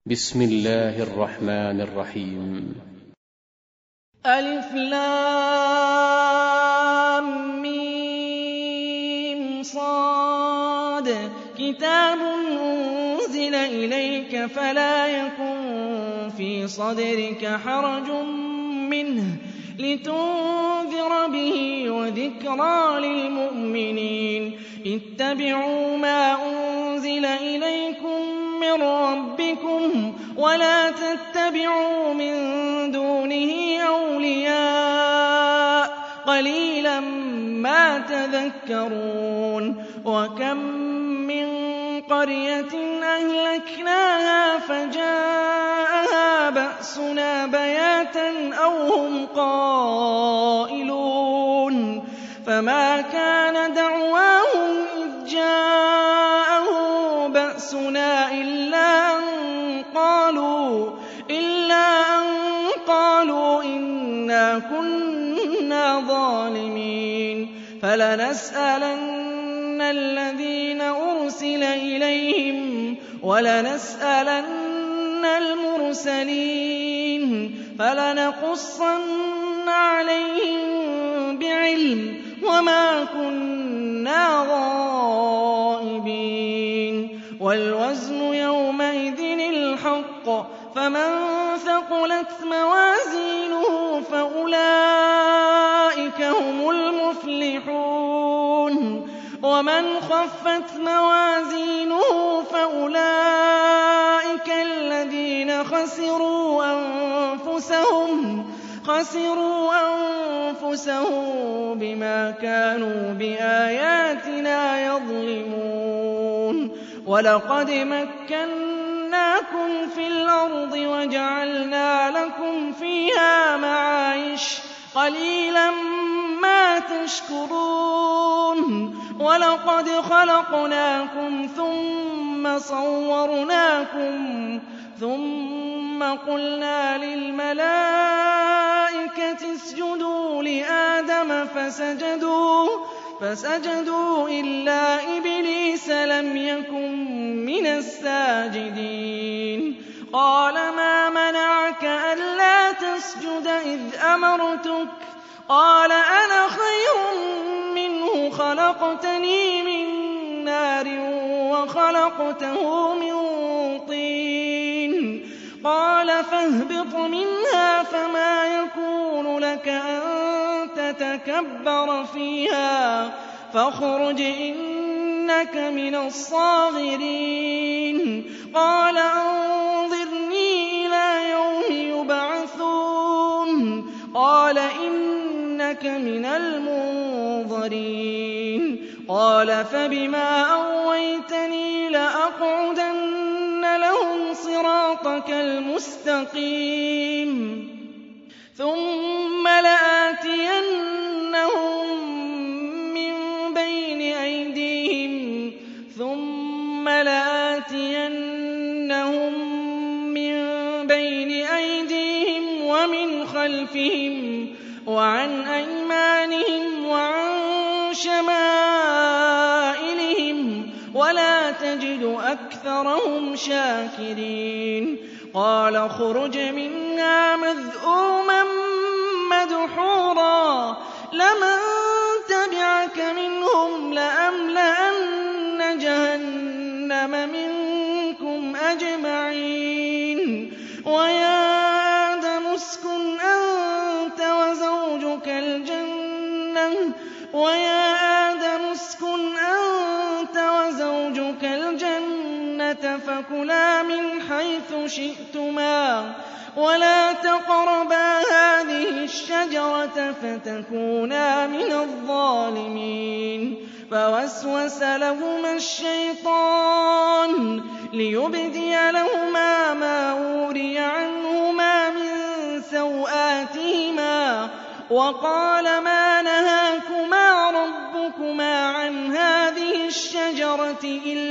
بسم الله الرحمن الرحيم. ألف لام ميم صاد كتاب أنزل إليك فلا يكن في صدرك حرج منه لتنذر به وذكرى للمؤمنين. اتبعوا ما أنزل إليكم من ربكم ولا تتبعوا من دونه أولياء قليلا ما تذكرون. وكم من قرية أهلكناها فجاءها بأسنا بياتا أو هم قائلون فما كان دعواهم إذ جاءه بأسنا إلا أن قالوا إنا كنا ظالمين. فلنسألن الذين أرسل إليهم ولنسألن المرسلين فلنقصن عليهم بعلم وما كنا غائبين. والوزن يومئذ الحق فمن ثقلت موازينه فأولئك هم المفلحون ومن خفت موازينه فأولئك الذين خسروا أنفسهم بما كانوا بآياتنا يظلمون. ولقد مكناكم في الأرض وجعلنا لكم فيها معايش قليلا ما تشكرون. ولقد خلقناكم ثم صورناكم ثم قلنا للملائكة اسجدوا لآدم فسجدوا إلا إبليس لم يكن من الساجدين. قال ما منعك ألا تسجد إذ أمرتك؟ قال أنا خير منه خلقتني من نار وخلقته من طين. قال فاهبط منها فما يكون لك أن تتكبر فيها فاخرج إنك من الصاغرين. قال أنظرني إلى يوم يبعثون. قال إنك من المنظرين. قال فبما أغويتني لأقعدن لهم صراطك المستقيم ثم لآتينهم من بين أيديهم ومن خلفهم وعن أيمانهم وعن شمائلهم ولا تجد أكثرهم شاكرين. قال اخرج منها مذءوما مدحورا لمن تبعك منهم لأملأن جهنم منكم أجمعين. ويا آدم اسكن أنت وزوجك الجنة فكلا من حيث شئتما ولا تقربا هذه الشجرة فتكونا من الظالمين. فوسوس لهما الشيطان ليبدي لهما ما أوري عنهما من سوآتهما وقال ما نهاكما ربكما عن هذه الشجرة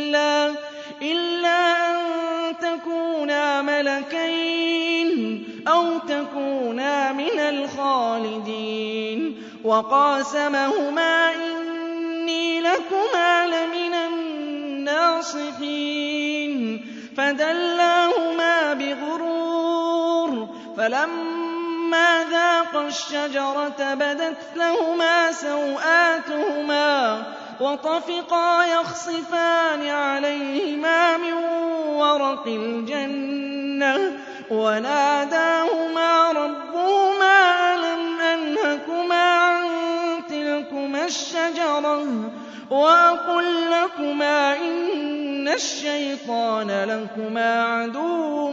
إلا أن تكونا ملكين أو تكونا من الخالدين. وقاسمهما إني لكما لمن الناصحين. فدلاهما بغرور فلما ذاقا الشجرة بدت لهما سوآتهما وطفقا يخصفان عليهما من ورق الجنة وناداهما ربهما ألم أنهكما عن تلكما الشجرة وأقل لكما إن الشيطان لكما عدو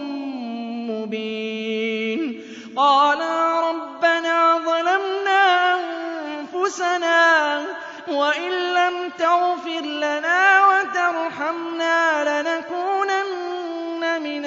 مبين قالا ربنا ظلمنا أنفسنا وإن لم تغفر لنا وترحمنا لنكونن من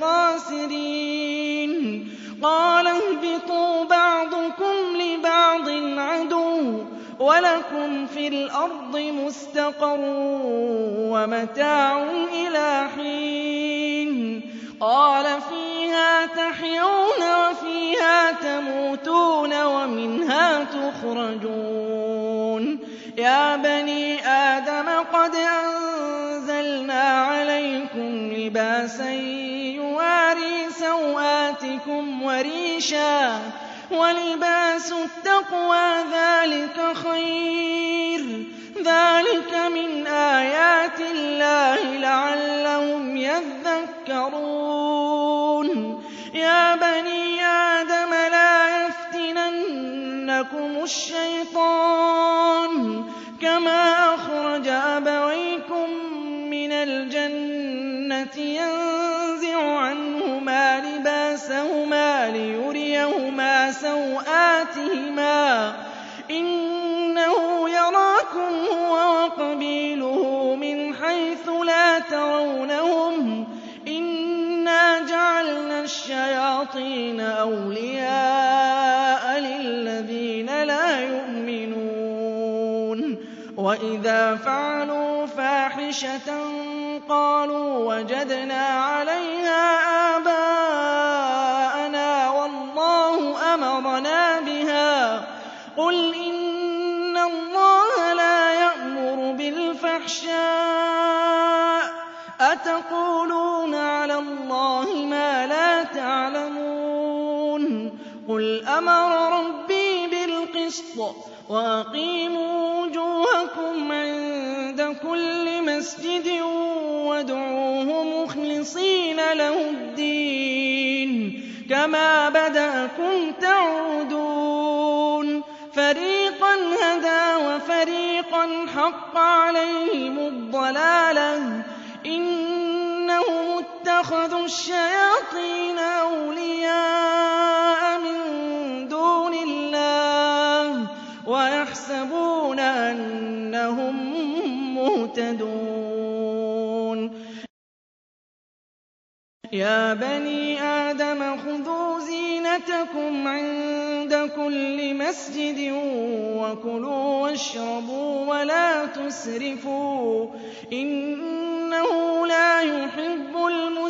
الخاسرين قال اهبطوا بعضكم لبعض عدو ولكم في الأرض مستقر ومتاع إلى حين قال فيها تحيون وفيها تموتون ومنها تخرجون يا بني آدم قد أنزلنا عليكم لباسا يواري سوآتكم وريشا ولباس التقوى ذلك خير ذلك من آيات الله لعلهم يذكرون يا بني آدم لا يفتننكم الشيطان كما أخرج أبويكم من الجنة ينزع عنهما لباسهما ليريهما سوآتهما إنه يراكم هو وقبيله من حيث لا ترونهم إنا جعلنا الشياطين أولياء للذين لا يؤمنون وإذا فعلوا فاحشة قالوا وجدنا عليها آباءنا والله أمرنا بها قل إن الله لا يأمر بالفحشاء أتقولون على الله ما لا تعلمون قل أمر ربي بالقسط وأقيموا وجوهكم عند كل مسجد وادعوه مخلصين له الدين كما بدأكم تعودون فريقا هدى وفريقا حق عليهم الضلالة إنهم اتخذوا الشياطين أولياء من دون الله ويحسبون أنهم مهتدون يا بني آدم خذوا زينتكم عند كل مسجد وكلوا واشربوا ولا تسرفوا إنه لا يحب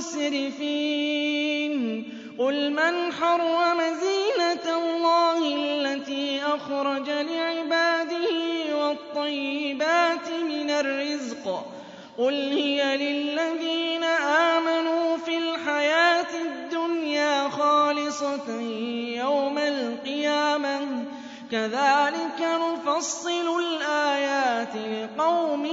المسرفين قل من حرم زينة الله التي أخرج لعباده والطيبات من الرزق قل هي للذين آمنوا في الحياة الدنيا خالصة يوم القيامة كذلك نفصل الآيات لقوم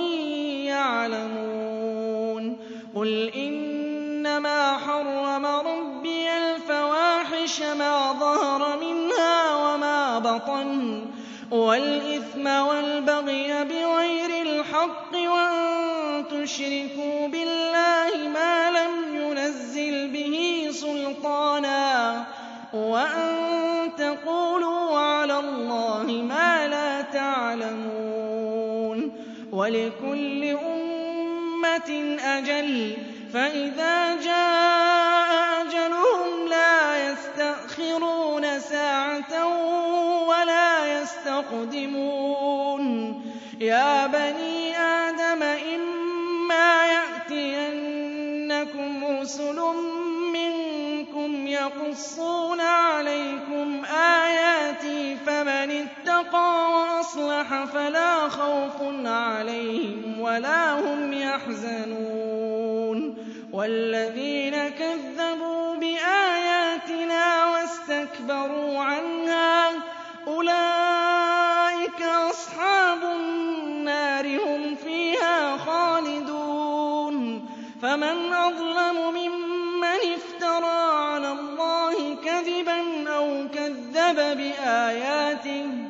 يعلمون قل إنما حرم ربي الفواحش ما ظهر منها وما بطن والإثم والبغي بغير الحق وأن تشركوا بالله ما لم ينزل به سلطانا وأن تقولوا على الله ما لا تعلمون ولكل أمة أجل فإذا جاء أجلهم لا يستأخرون ساعة ولا يستقدمون يا بني آدم إما يأتينكم رسل منكم يقصون عليكم آياتي فمن اتقى وأصلح فلا خوف عليهم ولا هم يحزنون وَالَّذِينَ كَذَّبُوا بِآيَاتِنَا وَاسْتَكْبَرُوا عَنْهَا أُولَٰئِكَ أَصْحَابُ النَّارِ هُمْ فِيهَا خَالِدُونَ فَمَنْ أَظْلَمُ مِمَّنِ افْتَرَىٰ عَلَى اللَّهِ كَذِبًا أَوْ كَذَّبَ بِآيَاتِهِ ۚ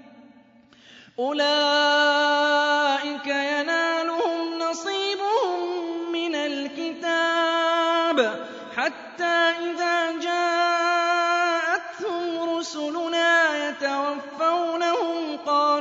أُولَٰئِكَ يَنَالُهُمْ نَصِيبُهُم مِّنَ الْكِتَابِ حَتَّىٰ إِذَا جَاءَتْهُمْ رُسُلُنَا يَتَوَفَّوْنَهُمْ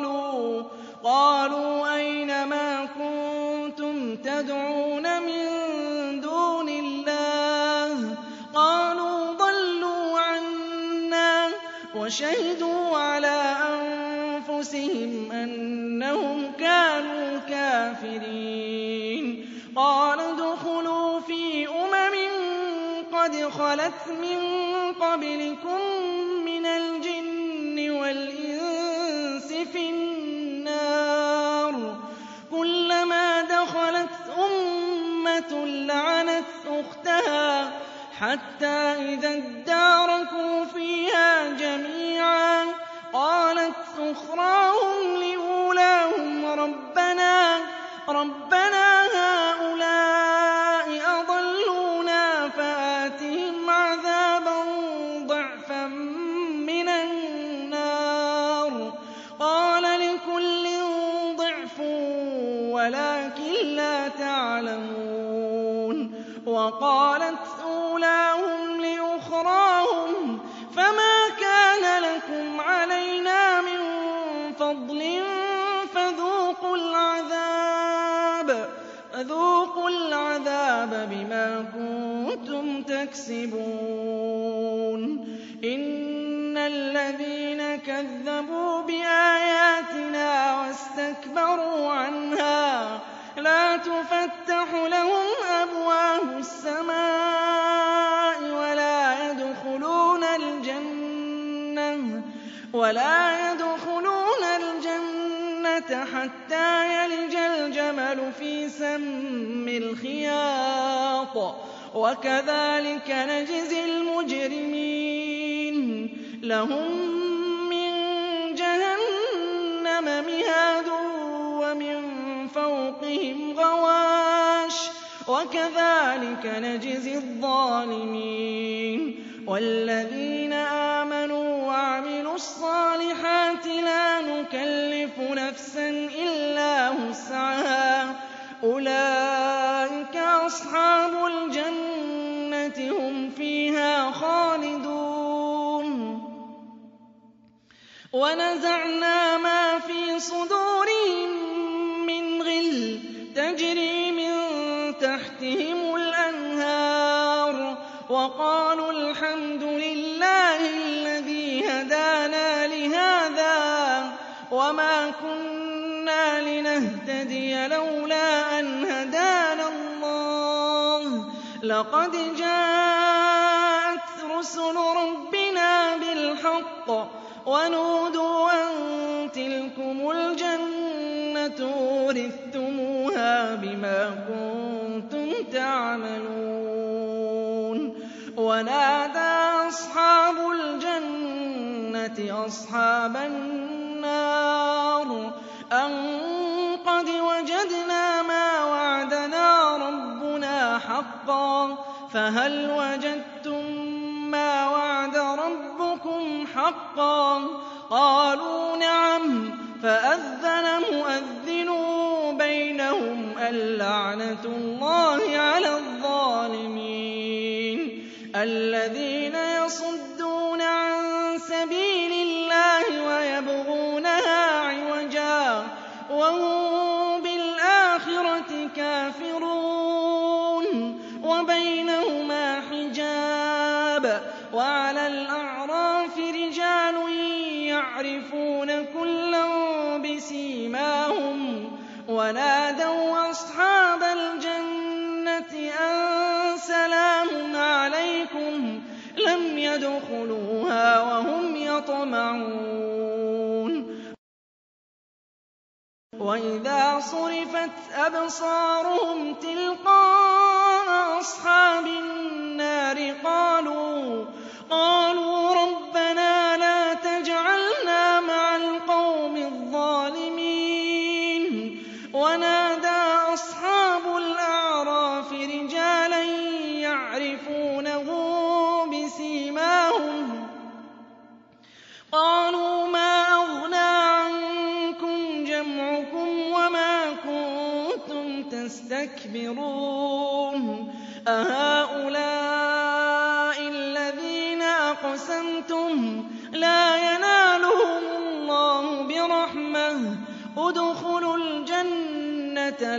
قَالُوا أَيْنَ مَا كُنتُمْ تَدْعُونَ مِن دُونِ اللَّهِ ۖ قَالُوا ضَلُّوا عَنَّا وَشَهِدُوا عَلَىٰ أَنفُسِهِمْ أَنَّهُمْ كَانُوا كَافِرِينَ قَالَ ادْخُلُوا فِي قَدْ خَلَتْ مِن قَبْلِكُم مِّنَ الْجِنِّ وَالْإِنسِ فِي النَّارِ كُلَّمَا دَخَلَتْ أُمَّةٌ لَّعَنَتْ أُخْتَهَا حَتَّىٰ إِذَا ادَّارَكُوا فِيهَا جَمِيعًا قَالَتْ أُخْرَاهُمْ لِأُولَاهُمْ رَبَّنَا هَٰؤُلَاءِ أَضَلُّونَا فَآتِهِمْ عَذَابًا ضِعْفًا مِّنَ النَّارِ ۖ قَالَ لِكُلٍّ ضِعْفٌ وَلَٰكِن لَّا تَعْلَمُونَ وَقَالَتْ أُولَاهُمْ لِأُخْرَاهُمْ فَمَا كَانَ لَكُمْ عَلَيْنَا مِن فَضْلٍ فَذُوقُوا الْعَذَابَ بِمَا كُنتُمْ تَكْسِبُونَ إِنَّ الَّذِينَ كَذَّبُوا بِآيَاتِنَا وَاسْتَكْبَرُوا عَنْهَا لَا تُفَتَّحُ لَهُمْ أَبْوَابُ السَّمَاءِ وَلَا يَدْخُلُونَ الْجَنَّةَ حَتَّىٰ يَلِجَ الْجَمَلُ فِي سَمِّ الْخِيَاطِ ۚ وَكَذَٰلِكَ نَجْزِي الْمُجْرِمِينَ لَهُم مِّن جَهَنَّمَ مِهَادٌ وَمِن فَوْقِهِمْ غَوَاشٍ ۚ وَكَذَٰلِكَ نَجْزِي الظَّالِمِينَ وَالَّذِينَ آمَنُوا وَعَمِلُوا الصَّالِحَاتِ لَا نُكَلِّفُ نَفْسًا إِلَّا وُسْعَهَا ۚ أُولَٰئِكَ أَصْحَابُ الْجَنَّةِ هُمْ فِيهَا خَالِدُونَ وَنَزَعْنَا مَا فِي صُدُورِهِم مِّنْ غِلٍّ تَجْرِي مِن تَحْتِهِمُ الْأَنْهَارُ وَقَالُوا الْحَمْدُ لِلَّهِ الَّذِي هَدَانَا لِهَٰذَا وَمَا كُنَّا لِنَهْتَدِيَ لَوْلَا أَنْ هَدَانَا اللَّهُ ۖ لَقَدْ جَاءَتْ رُسُلُ رَبِّنَا بِالْحَقِّ وَنُودُوا أَن تِلْكُمُ الْجَنَّةُ أُورِثْتُمُوهَا بِمَا كُنتُمْ تَعْمَلُونَ وَنَادَىٰ أَصْحَابُ الْجَنَّةِ أَصْحَابَ النَّارِ أَن قَدْ وَجَدْنَا مَا وَعَدَنَا رَبُّنَا حَقًّا فَهَلْ وَجَدتُّم مَّا وَعَدَ رَبُّكُمْ حَقًّا ۖ قَالُوا نَعَمْ فَأَذَّنَ مُؤَذِّنٌ بَيْنَهُمْ اللَّعْنَةُ اللَّهِ عَلَى الظَّالِمِينَ الَّذِينَ يَصُدُّونَ عَن سَبِيلِ اللَّهِ وَيَبْغُونَهَا عِوَجًا وَهُم بِالْآخِرَةِ كَافِرُونَ وَبَيْنَهُمَا حِجَابٌ وَعَلَى الْأَعْرَافِ رِجَالٌ يَعْرِفُونَ كُلًّا بِسِيمَاهُمْ وَنَادَوْا أَصْحَابَ الْجَنَّةِ أَن سَلَامٌ عَلَيْكُمْ لَمْ يَدْخُلُوهَا وَهُمْ يَطْمَعُونَ وَإِذَا صُرِفَتْ أَبْصَارُهُمْ تِلْقَاءَ أَصْحَابِ النَّارِ قَالُوا رَبَّنَا لَا تَجْعَلْنَا مَعَ الْقَوْمِ الظَّالِمِينَ وَنَادَىٰ أَصْحَابُ الْأَعْرَافِ رِجَالًا يَعْرِفُونَهُم بِسِيمَاهُمْ قَالُوا مَا أَغْنَىٰ عَنكُمْ جَمْعُكُمْ وَمَا كُنتُمْ تَسْتَكْبِرُونَ أَهَٰؤُلَاءِ الَّذِينَ أَقْسَمْتُمْ لَا يَنَالُهُمُ اللَّهُ بِرَحْمَةٍ ادْخُلُوا الْجَنَّةَ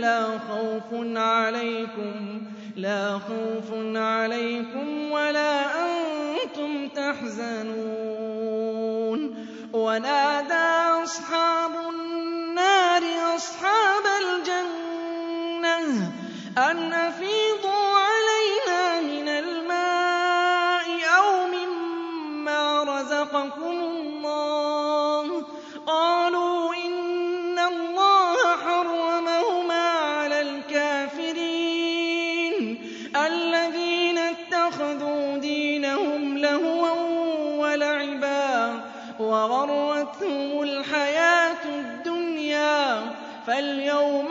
لَا خَوْفٌ عَلَيْكُمْ وَلَا أَنتُمْ تَحْزَنُونَ وَنَادَىٰ أَصْحَابُ النَّارِ أَصْحَابَ الْجَنَّةِ أَنْ أَفِيضُوا عَلَيْنَا مِنَ الْمَاءِ أَوْ مِمَّا رَزَقَكُمُ اللَّهُ قَالُوا إِنَّ اللَّهَ حَرَّمَهُمَا عَلَى الْكَافِرِينَ الَّذِينَ اتَّخَذُوا دِينَهُمْ لَهْوًا وَلَعِبًا وَغَرَّتْهُمُ الْحَيَاةُ الدُّنْيَا فَالْيَوْمَ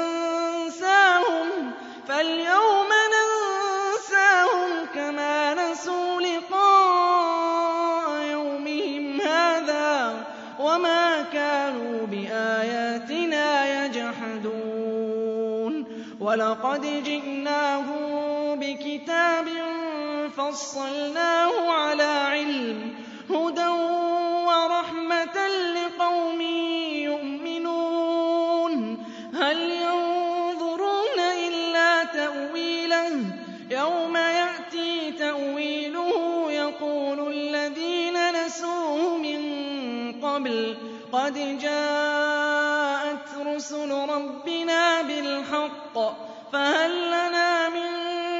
نَنسَاهُمْ كَمَا نَسُوا لِقَاءَ يَوْمِهِمْ هَٰذَا وَمَا كَانُوا بِآيَاتِنَا يَجْحَدُونَ وَلَقَدْ جِئْنَاهُم بِكِتَابٍ فَصَّلْنَاهُ عَلَىٰ عِلْمٍ هُدًى وَرَحْمَةً لِّقَوْمٍ يُؤْمِنُونَ هَلْ يَنظُرُونَ إِلَّا تَأْوِيلَهُ يَوْمَ يَأْتِي تَأْوِيلُهُ يَقُولُ الَّذِينَ نَسُوهُ مِن قَبْلُ قَدْ جَاءَتْ رُسُلُ رَبِّنَا بِالْحَقِّ فَهَل لَّنَا مِن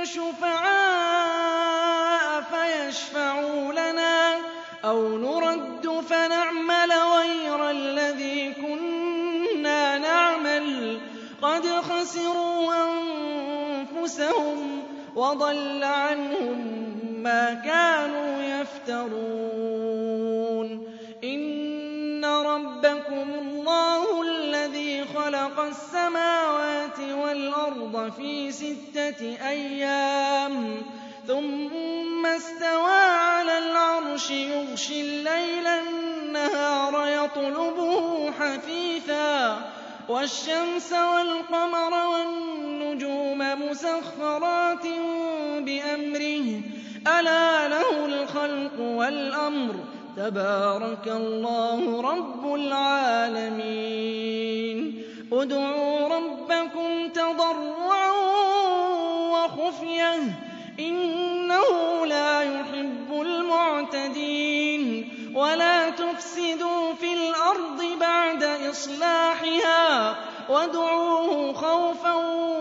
شُفَعَاءَ فَيَشْفَعُوا لَنَا أَوْ نُرَدُّ فَنَعْمَلَ غَيْرَ الَّذِي كُنَّا نَعْمَلُ قَدْ خَسِرُوا أَنفُسَهُمْ وَضَلَّ عَنْهُم مَّا كَانُوا يَفْتَرُونَ إِنَّ رَبَّكُمُ اللَّهُ الَّذِي خَلَقَ السَّمَاوَاتِ وَالْأَرْضَ فِي 6 أَيَّامٍ ثُمَّ اسْتَوَىٰ عَلَى الْعَرْشِ يُغْشِي اللَّيْلَ النَّهَارَ يَطْلُبُهُ حَثِيثًا وَالشَّمْسَ وَالْقَمَرَ وَالنُّجُومَ مُسَخَّرَاتٍ بِأَمْرِهِ أَلَا لَهُ الْخَلْقُ وَالْأَمْرُ تَبَارَكَ اللَّهُ رَبُّ الْعَالَمِينَ ادْعُوا رَبَّكُمْ تَضَرُّعًا وَخُفْيَةً إِنَّهُ لَا يُحِبُّ الْمُعْتَدِينَ وَلَا تُفْسِدُوا فِي الْأَرْضِ بَعْدَ إِصْلَاحِهَا وَادْعُوهُ خَوْفًا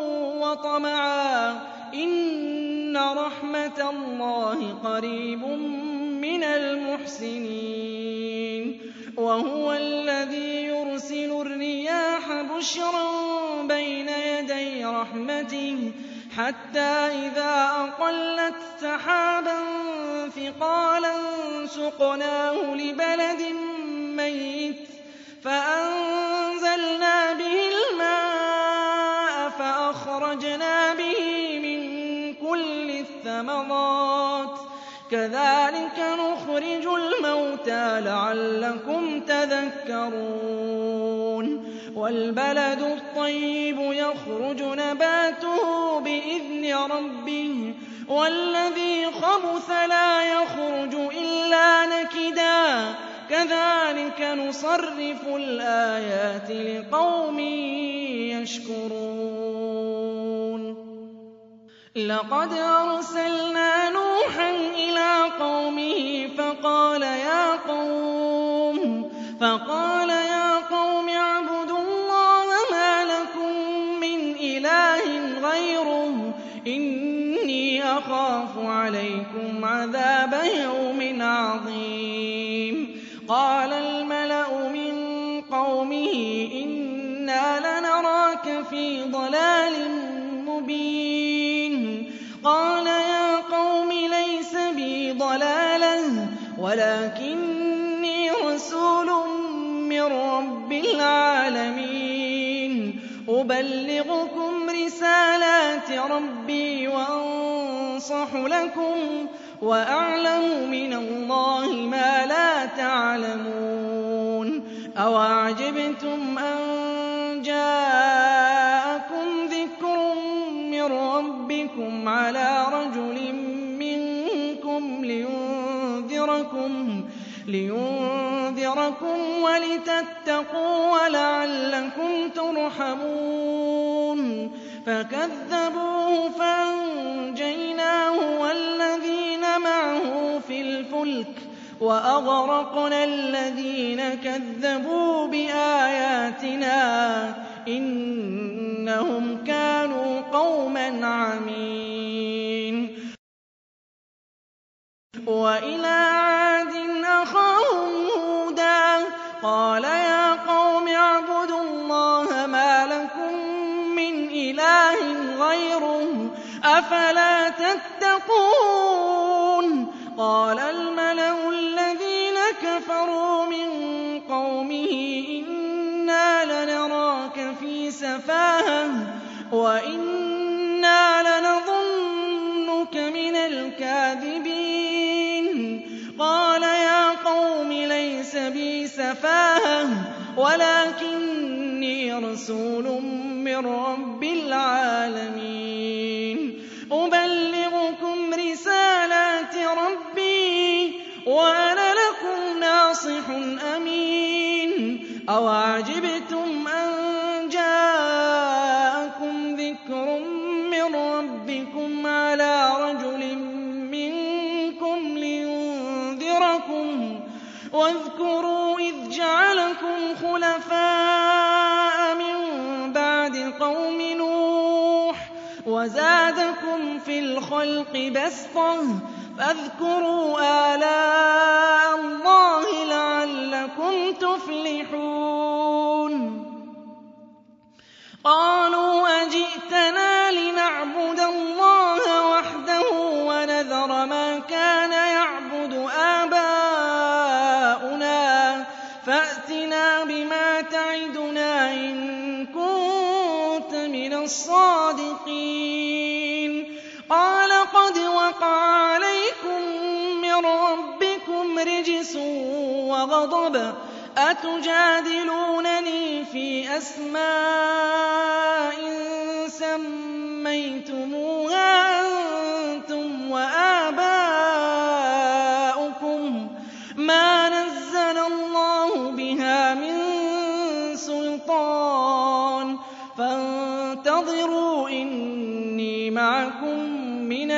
وَطَمَعًا إِنَّ رَحْمَتَ اللَّهِ قَرِيبٌ مِّنَ الْمُحْسِنِينَ وَهُوَ الَّذِي يُرْسِلُ الرِّيَاحَ بُشْرًا بَيْنَ يَدَيْ رَحْمَتِهِ حَتَّىٰ إِذَا أَقَلَّتْ سَحَابًا ثِقَالًا سُقْنَاهُ لِبَلَدٍ مَّيِّتٍ فَأَنزَلْنَا بِهِ الْمَاءَ فَأَخْرَجْنَا بِهِ مِن كُلِّ الثَّمَرَاتِ كَذَٰلِكَ نُخْرِجُ الْمَوْتَىٰ لَعَلَّكُمْ تَذَكَّرُونَ وَالْبَلَدُ الطَّيِّبُ يَخْرُجُ نَبَاتُهُ بِإِذْنِ رَبِّهِ وَالَّذِي خَبُثَ لَا يَخْرُجُ إِلَّا نَكِدًا كَذَٰلِكَ نُصَرِّفُ الْآيَاتِ لِقَوْمٍ يَشْكُرُونَ لَقَدْ أَرْسَلْنَا نُوحًا إِلَىٰ قَوْمِهِ فَقَالَ يَا قَوْمِ اعْبُدُوا اللَّهَ مَا لَكُم مِّنْ إِلَٰهٍ غَيْرُهُ إِنِّي أَخَافُ عَلَيْكُمْ عَذَابَ يَوْمٍ عَظِيمٍ قَالَ الْمَلَأُ مِن قَوْمِهِ إِنَّا لَنَرَاكَ فِي ضَلَالٍ مُّبِينٍ ضَلَالَةٍ وَلَٰكِنِّي رَسُولٌ مِّن رَّبِّ الْعَالَمِينَ أُبَلِّغُكُمْ رِسَالَاتِ رَبِّي وَأَنصَحُ لَكُمْ وَأَعْلَمُ مِنَ اللَّهِ مَا لَا تَعْلَمُونَ أَوَعَجِبْتُمْ أَن جَاءَكُمْ ذِكْرٌ مِّن رَّبِّكُمْ عَلَىٰ رَجُلٍ مِّنكُمْ لِيُنذِرَكُمْ وَلِتَتَّقُوا وَلَعَلَّكُمْ تُرْحَمُونَ فَكَذَّبُوهُ فَأَنجَيْنَاهُ وَالَّذِينَ مَعَهُ فِي الْفُلْكِ وَأَغْرَقْنَا الَّذِينَ كَذَّبُوا بِآيَاتِنَا إِنَّهُمْ كَانُوا قَوْمًا عَمِينَ وَإِلَىٰ عَادٍ أَخَاهُمْ هُودًا قَالَ يَا قَوْمِ اعْبُدُوا اللَّهَ مَا لَكُم مِّنْ إِلَٰهٍ غَيْرُهُ أَفَلَا تَتَّقُونَ قَالَ الْمَلَأُ الَّذِينَ كَفَرُوا مِن قَوْمِهِ إِنَّا لَنَرَاكَ فِي سَفَاهَةٍ وَإِنَّا لَنَظُنُّكَ مِنَ الْكَاذِبِينَ قَالَ يَا قَوْمِ لَيْسَ بِي سَفَاهَةٌ وَلَٰكِنِّي رَسُولٌ مِّن رَّبِّ الْعَالَمِينَ أُبَلِّغُكُمْ رِسَالَاتِ رَبِّي وَأَنَا لَكُمْ نَاصِحٌ أَمِينٌ أَوَعَجِبْتُمْ أَن جَاءَكُمْ ذِكْرٌ مِّن رَّبِّكُمْ عَلَىٰ رَجُلٍ مِّنكُمْ لِيُنذِرَكُمْ وَاذْكُرُوا إِذْ جَعَلَكُمْ خُلَفَاءَ مِن بَعْدِ قَوْمِ نُوحٍ وَزَادَكُمْ فِي الْخَلْقِ بَسْطَةً فَاذْكُرُوا آلَاءَ اللَّهِ لَعَلَّكُمْ تُفْلِحُونَ قَالُوا أَجِئْتَنَا لِنَعْبُدَ اللَّهَ وَحْدَهُ وَنَذَرَ مَا كَانَ يَعْبُدُ آبَاؤُنَا فَأْتِنَا بِمَا تَعِدُنَا إِن كُنتَ مِنَ الصَّادِقِينَ قَالَ قَدْ وَقَعَ عَلَيْكُم مِّن رَّبِّكُمْ رِجْسٌ وَغَضَبٌ أَتُجَادِلُونَنِي فِي أَسْمَاءٍ سَمَّيْتُمُوهَا أَنتُمْ وَآبَاؤُكُم مَّا نَزَّلَ اللَّهُ بِهَا مِن سُلْطَانٍ فَانتَظِرُوا إِنِّي مَعَكُم مِّنَ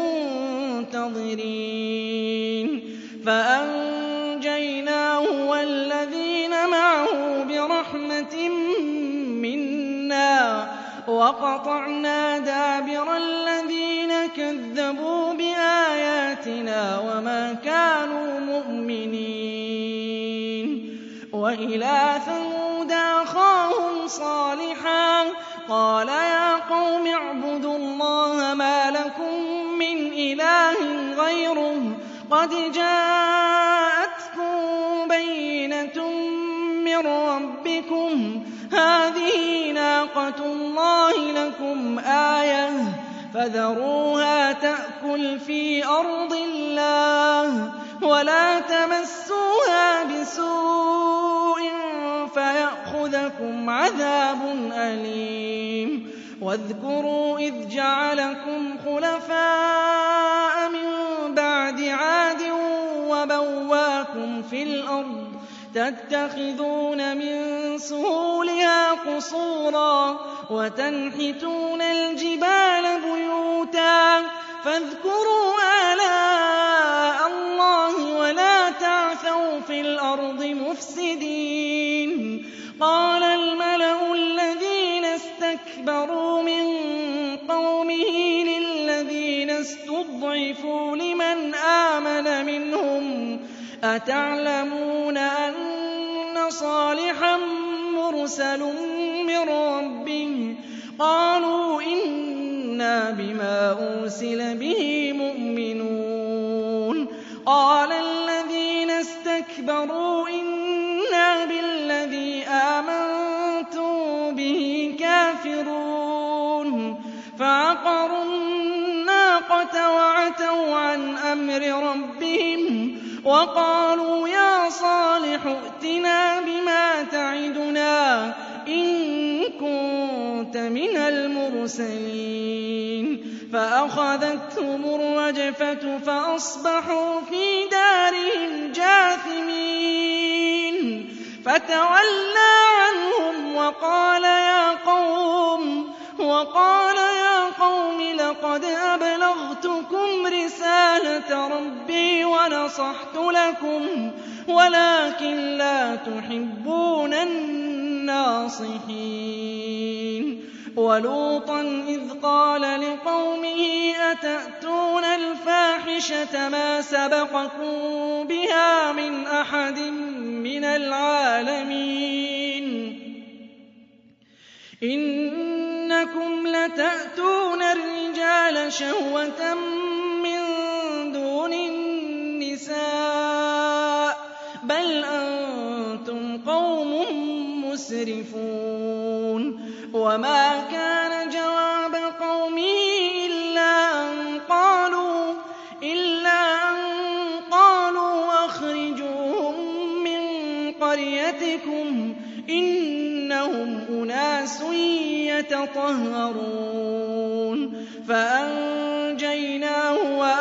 الْمُنتَظِرِينَ فَأَنجَيْنَاهُ وَالَّذِينَ مَعَهُ بِرَحْمَةٍ مِّنَّا وَقَطَعْنَا دَابِرَ الَّذِينَ كَذَّبُوا بِآيَاتِنَا وَمَا كَانُوا مُؤْمِنِينَ وَإِلَىٰ ثَمُودَ أَخَاهُمْ صَالِحًا قَالَ يَا قَوْمِ اعْبُدُوا اللَّهَ مَا لَكُم مِّنْ إِلَٰهٍ غَيْرُهُ قَدْ جَاءَتْكُم بَيِّنَةٌ مِّن رَّبِّكُمْ هَٰذِهِ نَاقَةُ اللَّهِ لَكُمْ آيَةً فَذَرُوهَا تَأْكُلْ فِي أَرْضِ اللَّهِ وَلَا تَمَسُّوهَا بِسُوءٍ فَيَأْخُذَكُمْ عَذَابٌ أَلِيمٌ وَاذْكُرُوا إِذْ جَعَلَكُمْ خُلَفَاءَ مِن بَعْدِ عَادٍ وَبَوَّاكُمْ فِي الْأَرْضِ تَتَّخِذُونَ مِن سُهُولِهَا قُصُورًا وَتَنْحِتُونَ الْجِبَالَ بُيُوتًا فَاذْكُرُوا آلَاءَ اللَّهِ وَلَا تَعْثَوْا فِي الْأَرْضِ مُفْسِدِينَ قَالَ الْمَلَأُ الَّذِينَ اسْتَكْبَرُوا مِن قَوْمِهِ لِلَّذِينَ اسْتُضْعِفُوا لِمَنْ آمَنَ مِنْهُمْ أَتَعْلَمُونَ أَنَّ صَالِحًا مُّرْسَلٌ مِّن رَّبِّهِ قَالُوا إِنَّا بِمَا أُرْسِلَ بِهِ مُؤْمِنُونَ قَالَ الَّذِينَ اسْتَكْبَرُوا إِنَّا بِالَّذِي آمَنتُم بِهِ كَافِرُونَ فَعَقَرُوا النَّاقَةَ وَعَتَوْا عَنْ أَمْرِ رَبِّهِمْ وَقَالُوا يَا صَالِحُ ائْتِنَا بِمَا تَعِدُنَا إِن كُنتَ مِنَ الْمُرْسَلِينَ فَأَخَذَتْهُمُ الرَّجْفَةُ فَأَصْبَحُوا فِي دَارِهِمْ جَاثِمِينَ فَتَوَلَّىٰ عَنْهُمْ وَقَالَ يَا قَوْمِ لَقَدْ أَبْلَغْتُكُمْ رِسَالَةَ رَبِّي وَنَصَحْتُ لَكُمْ وَلَٰكِن لَّا تُحِبُّونَ النَّاصِحِينَ وَلُوطًا إِذْ قَالَ لِقَوْمِهِ أَتَأْتُونَ الْفَاحِشَةَ مَا سَبَقَكُم بِهَا مِنْ أَحَدٍ مِّنَ الْعَالَمِينَ إِنَّكُمْ لَتَأْتُونَ الرِّجَالَ شَهْوَةً مِّن دُونِ النِّسَاءِ بَلْ أَنتُمْ قَوْمٌ مُّسْرِفُونَ وَمَا كَانَ جَوَابَ قَوْمِهِ إِلَّا أَن قَالُوا أَخْرِجُوهُم مِّن قَرْيَتِكُمْ إِنَّهُمْ أُنَاسٌ يَتَطَهَّرُونَ فَأَنجَيْنَاهُ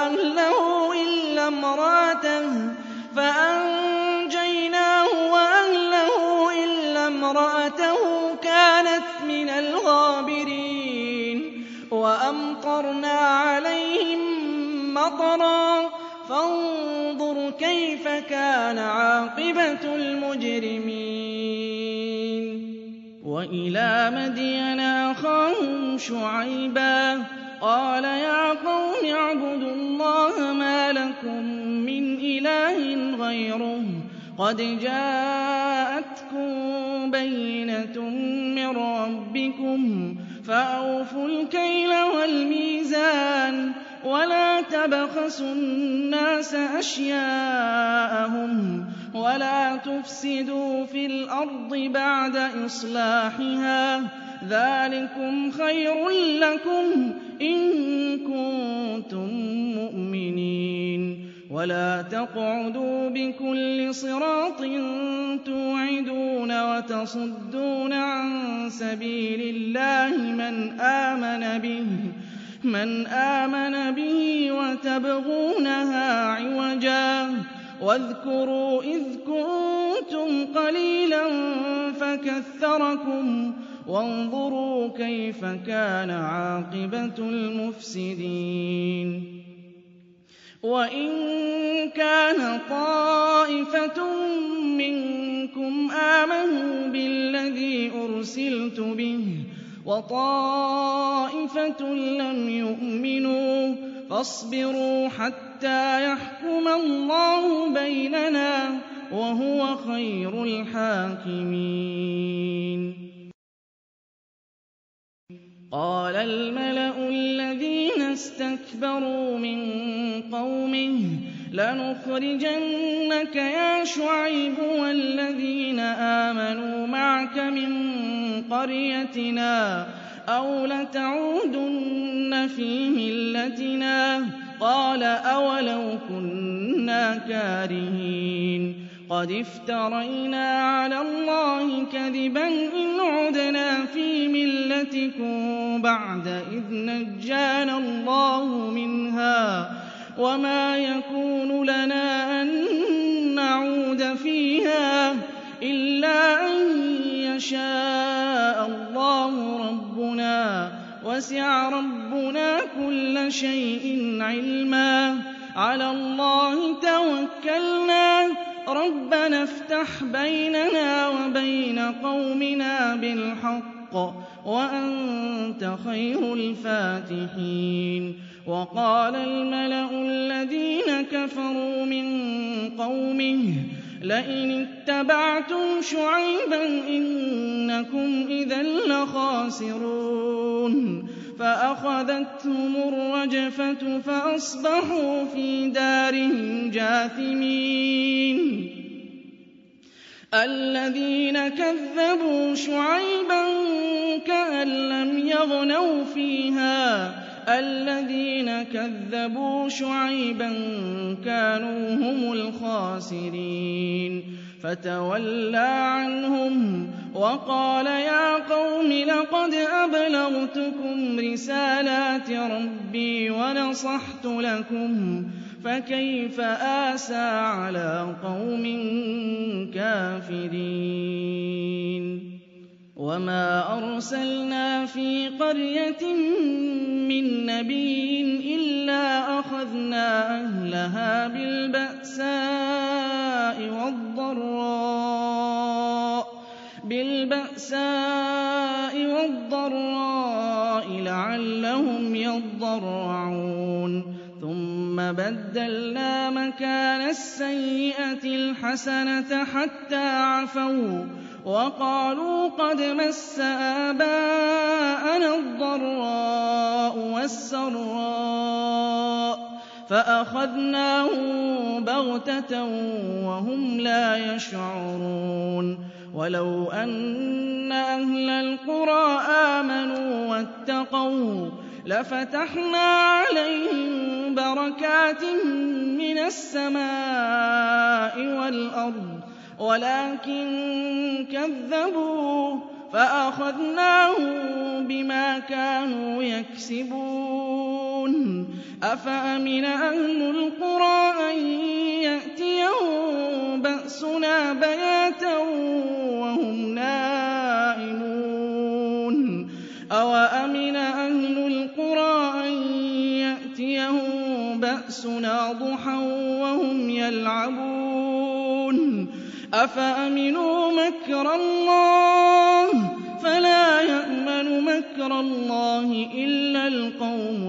وَأَهْلَهُ إِلَّا امْرَأَتَهُ كَانَتْ مِنَ الْغَابِرِينَ وَأَمْطَرْنَا عَلَيْهِم مَّطَرًا فَانظُرْ كَيْفَ كَانَ عَاقِبَةُ الْمُجْرِمِينَ وَإِلَىٰ مَدْيَنَ أَخَاهُمْ شُعَيْبًا قَالَ يَا قَوْمِ اعْبُدُوا اللَّهَ مَا لَكُم مِّنْ إِلَٰهٍ غَيْرُهُ قَدْ جَاءَتْكُم بَيِّنَةٌ مِّن رَّبِّكُمْ فَأَوْفُوا الْكَيْلَ وَالْمِيزَانَ وَلَا تَبْخَسُوا النَّاسَ أَشْيَاءَهُمْ وَلَا تُفْسِدُوا فِي الْأَرْضِ بَعْدَ إِصْلَاحِهَا ذَٰلِكُمْ خَيْرٌ لَّكُمْ إِن كُنتُم مُّؤْمِنِينَ وَلَا تَقْعُدُوا بِكُلِّ صِرَاطٍ تُوعِدُونَ وَتَصُدُّونَ عَن سَبِيلِ اللَّهِ مَنْ آمَنَ بِهِ وَتَبْغُونَهَا عِوَجًا وَاذْكُرُوا إِذْ كُنتُمْ قَلِيلًا فَكَثَّرَكُمْ وَانظُرُوا كَيْفَ كَانَ عَاقِبَةُ الْمُفْسِدِينَ وَإِن كَانَ طَائِفَةٌ مِّنكُمْ آمَنُوا بِالَّذِي أُرْسِلْتُ بِهِ وَطَائِفَةٌ لَّمْ يُؤْمِنُوا فَاصْبِرُوا حَتَّىٰ يَحْكُمَ اللَّهُ بَيْنَنَا وَهُوَ خَيْرُ الْحَاكِمِينَ قَالَ الْمَلَأُ الَّذِينَ اسْتَكْبَرُوا مِن قَوْمِهِ لَنُخْرِجَنَّكَ يَا شُعَيْبُ وَالَّذِينَ آمَنُوا مَعَكَ مِن قَرْيَتِنَا أَوْ لَتَعُودُنَّ فِي مِلَّتِنَا قَالَ أَوَلَوْ كُنَّا كَارِهِينَ قَدِ افْتَرَيْنَا عَلَى اللَّهِ كَذِبًا إِنْ عُدْنَا فِي مِلَّتِكُم بَعْدَ إِذْ نَجَّانَا اللَّهُ مِنْهَا وَمَا يَكُونُ لَنَا أَن نَّعُودَ فِيهَا إِلَّا أَن يَشَاءَ اللَّهُ رَبُّنَا وَسِعَ رَبُّنَا كُلَّ شَيْءٍ عِلْمًا عَلَى اللَّهِ تَوَكَّلْنَا رَبَّنَا افْتَحْ بَيْنَنَا وَبَيْنَ قَوْمِنَا بِالْحَقِّ وَأَنتَ خَيْرُ الْفَاتِحِينَ وَقَالَ الْمَلَأُ الَّذِينَ كَفَرُوا مِن قَوْمِهِ لَئِنِ اتَّبَعْتُمْ شُعَيْبًا إِنَّكُمْ إِذًا لَّخَاسِرُونَ فأخذتهم الرجفة فأصبحوا في دارهم جاثمين الذين كذبوا شعيبا كأن لم يغنوا فيها الذين كذبوا شعيبا كانوا هم الخاسرين فتولى عنهم وقال يا قوم لقد أبلغتكم رسالات ربي ونصحت لكم فكيف آسى على قوم كافرين وما أرسلنا في قرية من نبي إلا أخذنا أهلها بالبأساء والضراء لعلهم يضرعون ثم بدلنا مكان السيئة الحسنة حتى عفوا وقالوا قد مس آباءنا الضراء والسراء فأخذناهم بغتة وهم لا يشعرون ولو أن أهل القرى آمنوا واتقوا لفتحنا عليهم بركات من السماء والأرض ولكن كذبوا فأخذناهم بما كانوا يكسبون أفأمن أهل القرى أن يأتيهم بأسنا بياتا وهم نائمون أوأمن أهل القرى أن يأتيهم بأسنا ضحى وهم يلعبون أفأمنوا مكر الله فلا يأمن مكر الله إلا القوم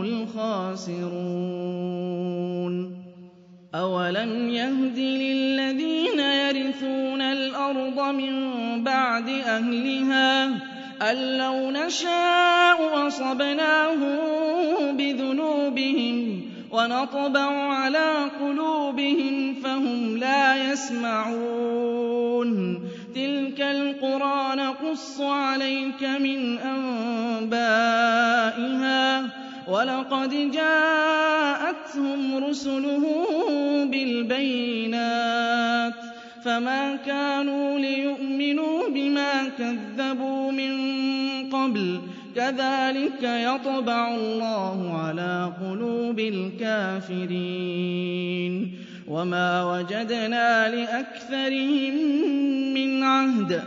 الخاسرون أولم يهد للذين يرثون الأرض من بعد أهلها أن لو نشاء أصبناهم بذنوبهم ونطبع على قلوبهم فهم لا يسمعون تلك القرى نقص عليك من أنبائها ولقد جاءتهم رسلهم بالبينات فما كانوا ليؤمنوا بما كذبوا من قبل كذلك يطبع الله على قلوب الكافرين وما وجدنا لأكثرهم من عهد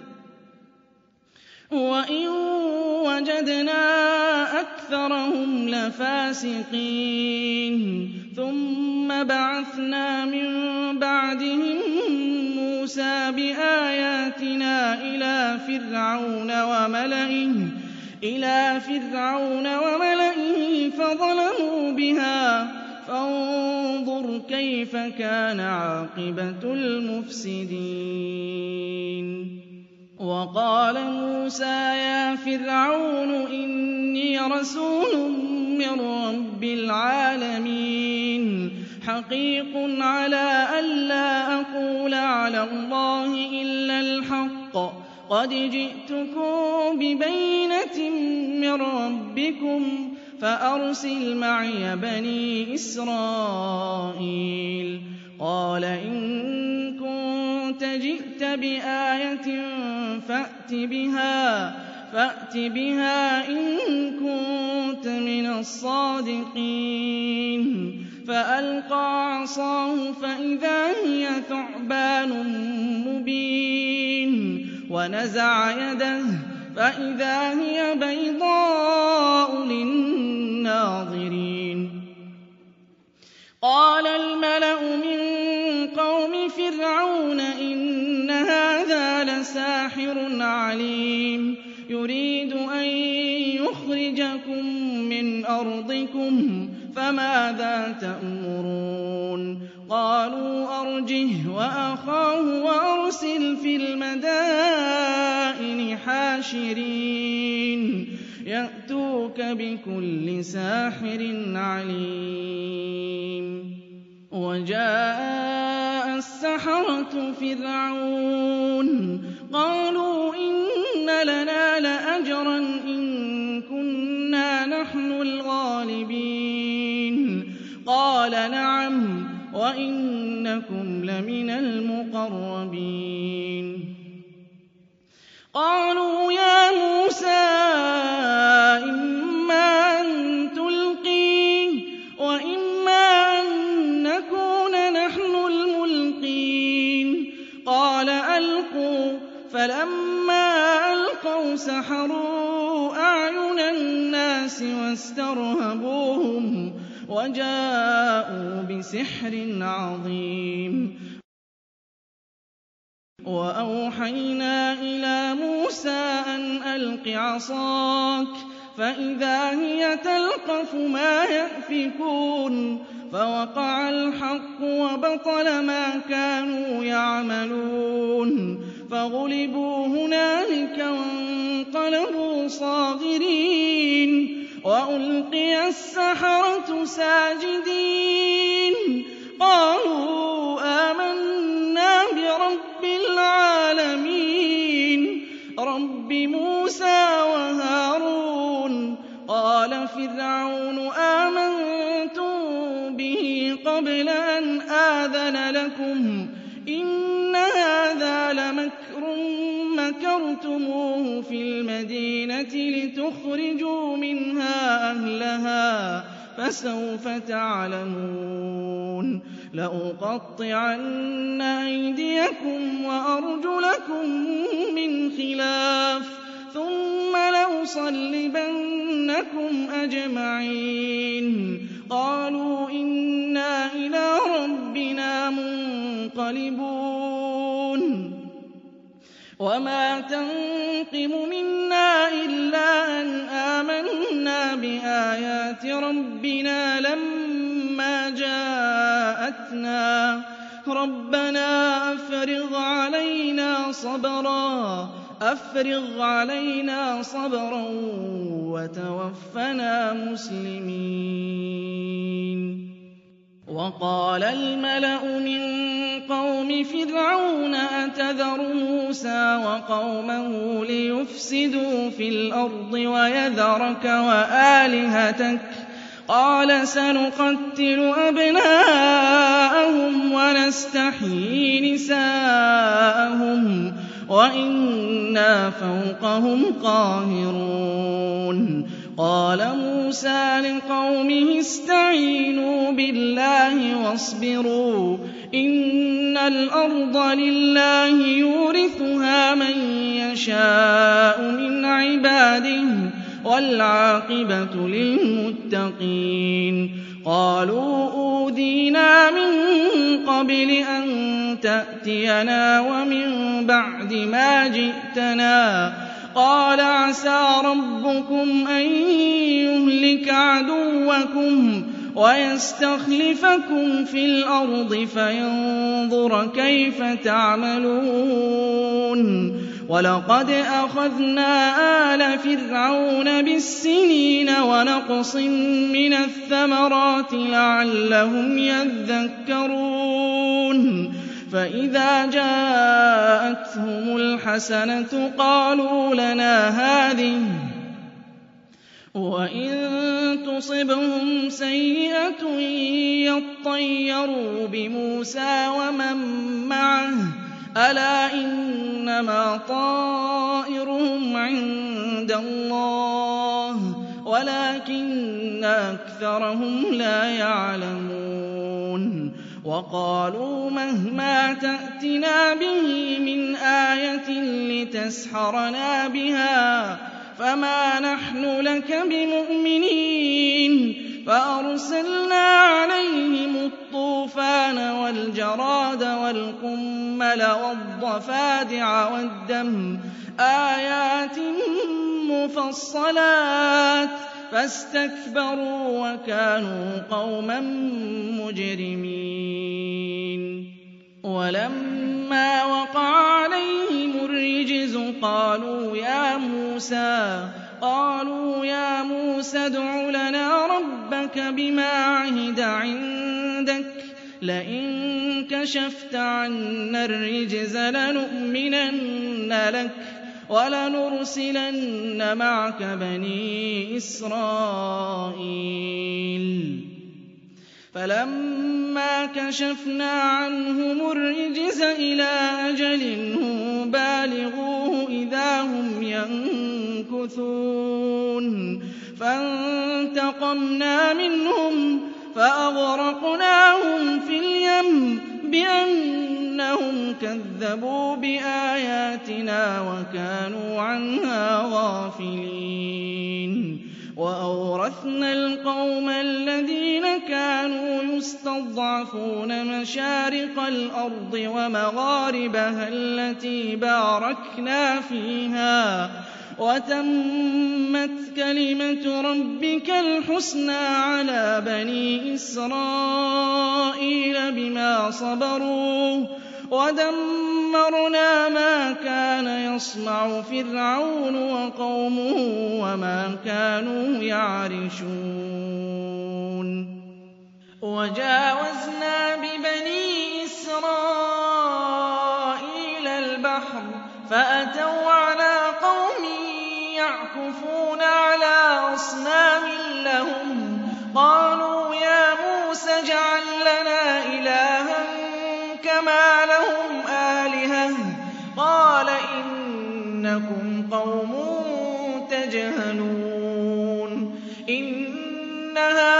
وإن وجدنا أكثرهم لفاسقين ثم بعثنا من بعدهم موسى بآياتنا إلى فرعون وملئه فظلموا بها فانظر كيف كان عاقبة المفسدين وقال موسى يا فرعون إني رسول من رب العالمين حقيق على ألا أقول على الله إلا الحق قد جئتكم ببينة من ربكم فأرسل معي بني إسرائيل قال إن كنت جئت بآية فأت بها إن كنت من الصادقين فألقى عصاه فإذا هي ثعبان مبين ونزع يده فإذا هي بيضاء للناظرين قال الملأ من قوم فرعون إن هذا لساحر عليم يريد أن يخرجكم من أرضكم فماذا تأمرون قالوا أرجه وأخاه وأرسل في المدائن حاشرين يأتوك وَيَأْتُوكَ بِكُلِّ سَاحِرٍ عَلِيمٍ وَجَاءَ السَّحَرَةُ فِرْعَوْنَ قَالُوا إِنَّ لَنَا لَأَجْرًا إِن كُنَّا نَحْنُ الْغَالِبِينَ قَالَ نَعَمْ وَإِنَّكُمْ لَمِنَ الْمُقَرَّبِينَ قَالُوا يَا مُوسَىٰ إِمَّا أَن تُلْقِيَ وَإِمَّا أَن نَّكُونَ نَحْنُ الْمُلْقِينَ قَالَ أَلْقُوا فَلَمَّا أَلْقَوْا سَحَرُوا أَعْيُنَ النَّاسِ وَاسْتَرْهَبُوهُمْ وَجَاءُوا بِسِحْرٍ عَظِيمٍ وَأَوْحَيْنَا إِلَىٰ مُوسَىٰ أَنْ أَلْقِ عَصَاكَ فَإِذَا هِيَ تَلْقَفُ مَا يَأْفِكُونَ فَوَقَعَ الْحَقُّ وَبَطَلَ مَا كَانُوا يَعْمَلُونَ فَغُلِبُوا هُنَالِكَ وَانقَلَبُوا صَاغِرِينَ وَأُلْقِيَ السَّحَرَةُ سَاجِدِينَ قَالُوا آمَنَّا بِرَبِّ الْعَالَمِينَ رَبِّ مُوسَىٰ وَهَارُونَ قَالَ فِرْعَوْنُ آمَنتُم بِهِ قَبْلَ أَنْ آذَنَ لَكُمْ إِنَّ هَٰذَا لَمَكْرٌ مَّكَرْتُمُوهُ فِي الْمَدِينَةِ لِتُخْرِجُوا مِنْهَا أَهْلَهَا فَسَوْفَ تَعْلَمُونَ لَأُقَطِّعَنَّ أَيْدِيَكُمْ وَأَرْجُلَكُم مِّنْ خِلَافٍ ثُمَّ لَأُصَلِّبَنَّكُمْ أَجْمَعِينَ قَالُوا إِنَّا إِلَىٰ رَبِّنَا مُنقَلِبُونَ وَمَا تَنقِمُ مِنَّا إِلَّا أَنْ آمَنَّا بِآيَاتِ رَبِّنَا لَمَّا جَاءَتْنَا رَبَّنَا أَفْرِغْ عَلَيْنَا صَبْرًا وَتَوَفَّنَا مُسْلِمِينَ وَقَالَ الْمَلَأُ مِن قَوْمِ فِرْعَوْنَ أَتَذَرُ مُوسَىٰ وَقَوْمَهُ لِيُفْسِدُوا فِي الْأَرْضِ وَيَذَرَكَ وَآلِهَتَكَ قَالَ سَنُقَتِّلُ أَبْنَاءَهُمْ وَنَسْتَحْيِي نِسَاءَهُمْ وَإِنَّا فَوْقَهُمْ قَاهِرُونَ قَالَ مُوسَىٰ لِقَوْمِهِ اسْتَعِينُوا بِاللَّهِ وَاصْبِرُوا إِنَّ الْأَرْضَ لِلَّهِ يُورِثُهَا مَن يَشَاءُ مِنْ عِبَادِهِ وَالْعَاقِبَةُ لِلْمُتَّقِينَ قَالُوا أُوذِينَا مِن قَبْلِ أَن تَأْتِيَنَا وَمِن بَعْدِ مَا جِئْتَنَا قَالَ عَسَىٰ رَبُّكُمْ أَن يُهْلِكَ عَدُوَّكُمْ وَيَسْتَخْلِفَكُمْ فِي الْأَرْضِ فَيَنظُرَ كَيْفَ تَعْمَلُونَ وَلَقَدْ أَخَذْنَا آلَ فِرْعَوْنَ بِالسِّنِينَ وَنَقْصٍ مِّنَ الثَّمَرَاتِ لَعَلَّهُمْ يَذَّكَّرُونَ فَإِذَا جَاءَتْهُمُ الْحَسَنَةُ قَالُوا لَنَا هَٰذِهِ وَإِن تُصِبْهُمْ سَيِّئَةٌ يَطَّيَّرُوا بِمُوسَىٰ وَمَن مَّعَهُ أَلَا إِنَّمَا طَائِرُهُمْ عِندَ اللَّهِ وَلَٰكِنَّ أَكْثَرَهُمْ لَا يَعْلَمُونَ وَقَالُوا مَهْمَا تَأْتِنَا بِهِ مِنْ آيَةٍ لِّتَسْحَرَنَا بِهَا فَمَا نَحْنُ لَكَ بِمُؤْمِنِينَ فَأَرْسَلْنَا عَلَيْهِمُ الطُّوفَانَ وَالْجَرَادَ وَالْقُمَّلَ وَالضَّفَادِعَ وَالدَّمَ آيَاتٍ مُّفَصَّلَاتٍ فَاسْتَكْبَرُوا وَكَانُوا قَوْمًا مُّجْرِمِينَ وَلَمَّا وَقَعَ عَلَيْهِمُ الرِّجْزُ قَالُوا يَا مُوسَىٰ موسى ادْعُ لَنَا رَبَّكَ بِمَا عَهِدَ عِندَكَ لَئِن كَشَفْتَ عَنَّا الرِّجْزَ لَنُؤْمِنَنَّ لَكَ وَلَنُرْسِلَنَّ مَعَكَ بَنِي إِسْرَائِيلَ فَلَمَّا كَشَفْنَا عَنْهُمُ الرِّجْزَ إِلَىٰ أَجَلٍ هُم بَالِغُوهُ إِذَا هُمْ يَنكُثُونَ فَانتَقَمْنَا مِنْهُمْ فَأَغْرَقْنَاهُمْ فِي الْيَمِّ بِأَنَّهُمْ كَذَّبُوا بِآيَاتِنَا وَكَانُوا عَنْهَا غَافِلِينَ وَأَوْرَثْنَا الْقَوْمَ الَّذِينَ كَانُوا يُسْتَضْعَفُونَ مَشَارِقَ الْأَرْضِ وَمَغَارِبَهَا الَّتِي بَارَكْنَا فِيهَا وَتَمَّتْ كَلِمَةُ رَبِّكَ الْحُسْنَىٰ عَلَىٰ بَنِي إِسْرَائِيلَ بِمَا صَبَرُوا وَدَمَّرْنَا مَا كَانَ يَصْنَعُ فِرْعَوْنُ وَقَوْمُهُ وَمَا كَانُوا يَعْرِشُونَ وَجَاوَزْنَا بِبَنِي إِسْرَائِيلَ الْبَحْرَ فَأَتَوْا عَلَىٰ قَوْمٍ يَعْكُفُونَ عَلَىٰ أَصْنَامٍ لَّهُمْ قَالُوا يَا مُوسَى اجْعَل لَّنَا إِلَٰهًا كَمَا لَهُمْ آلِهَةٌ قَالَ إِنَّكُمْ قَوْمٌ تَجْهَلُونَ إِنَّ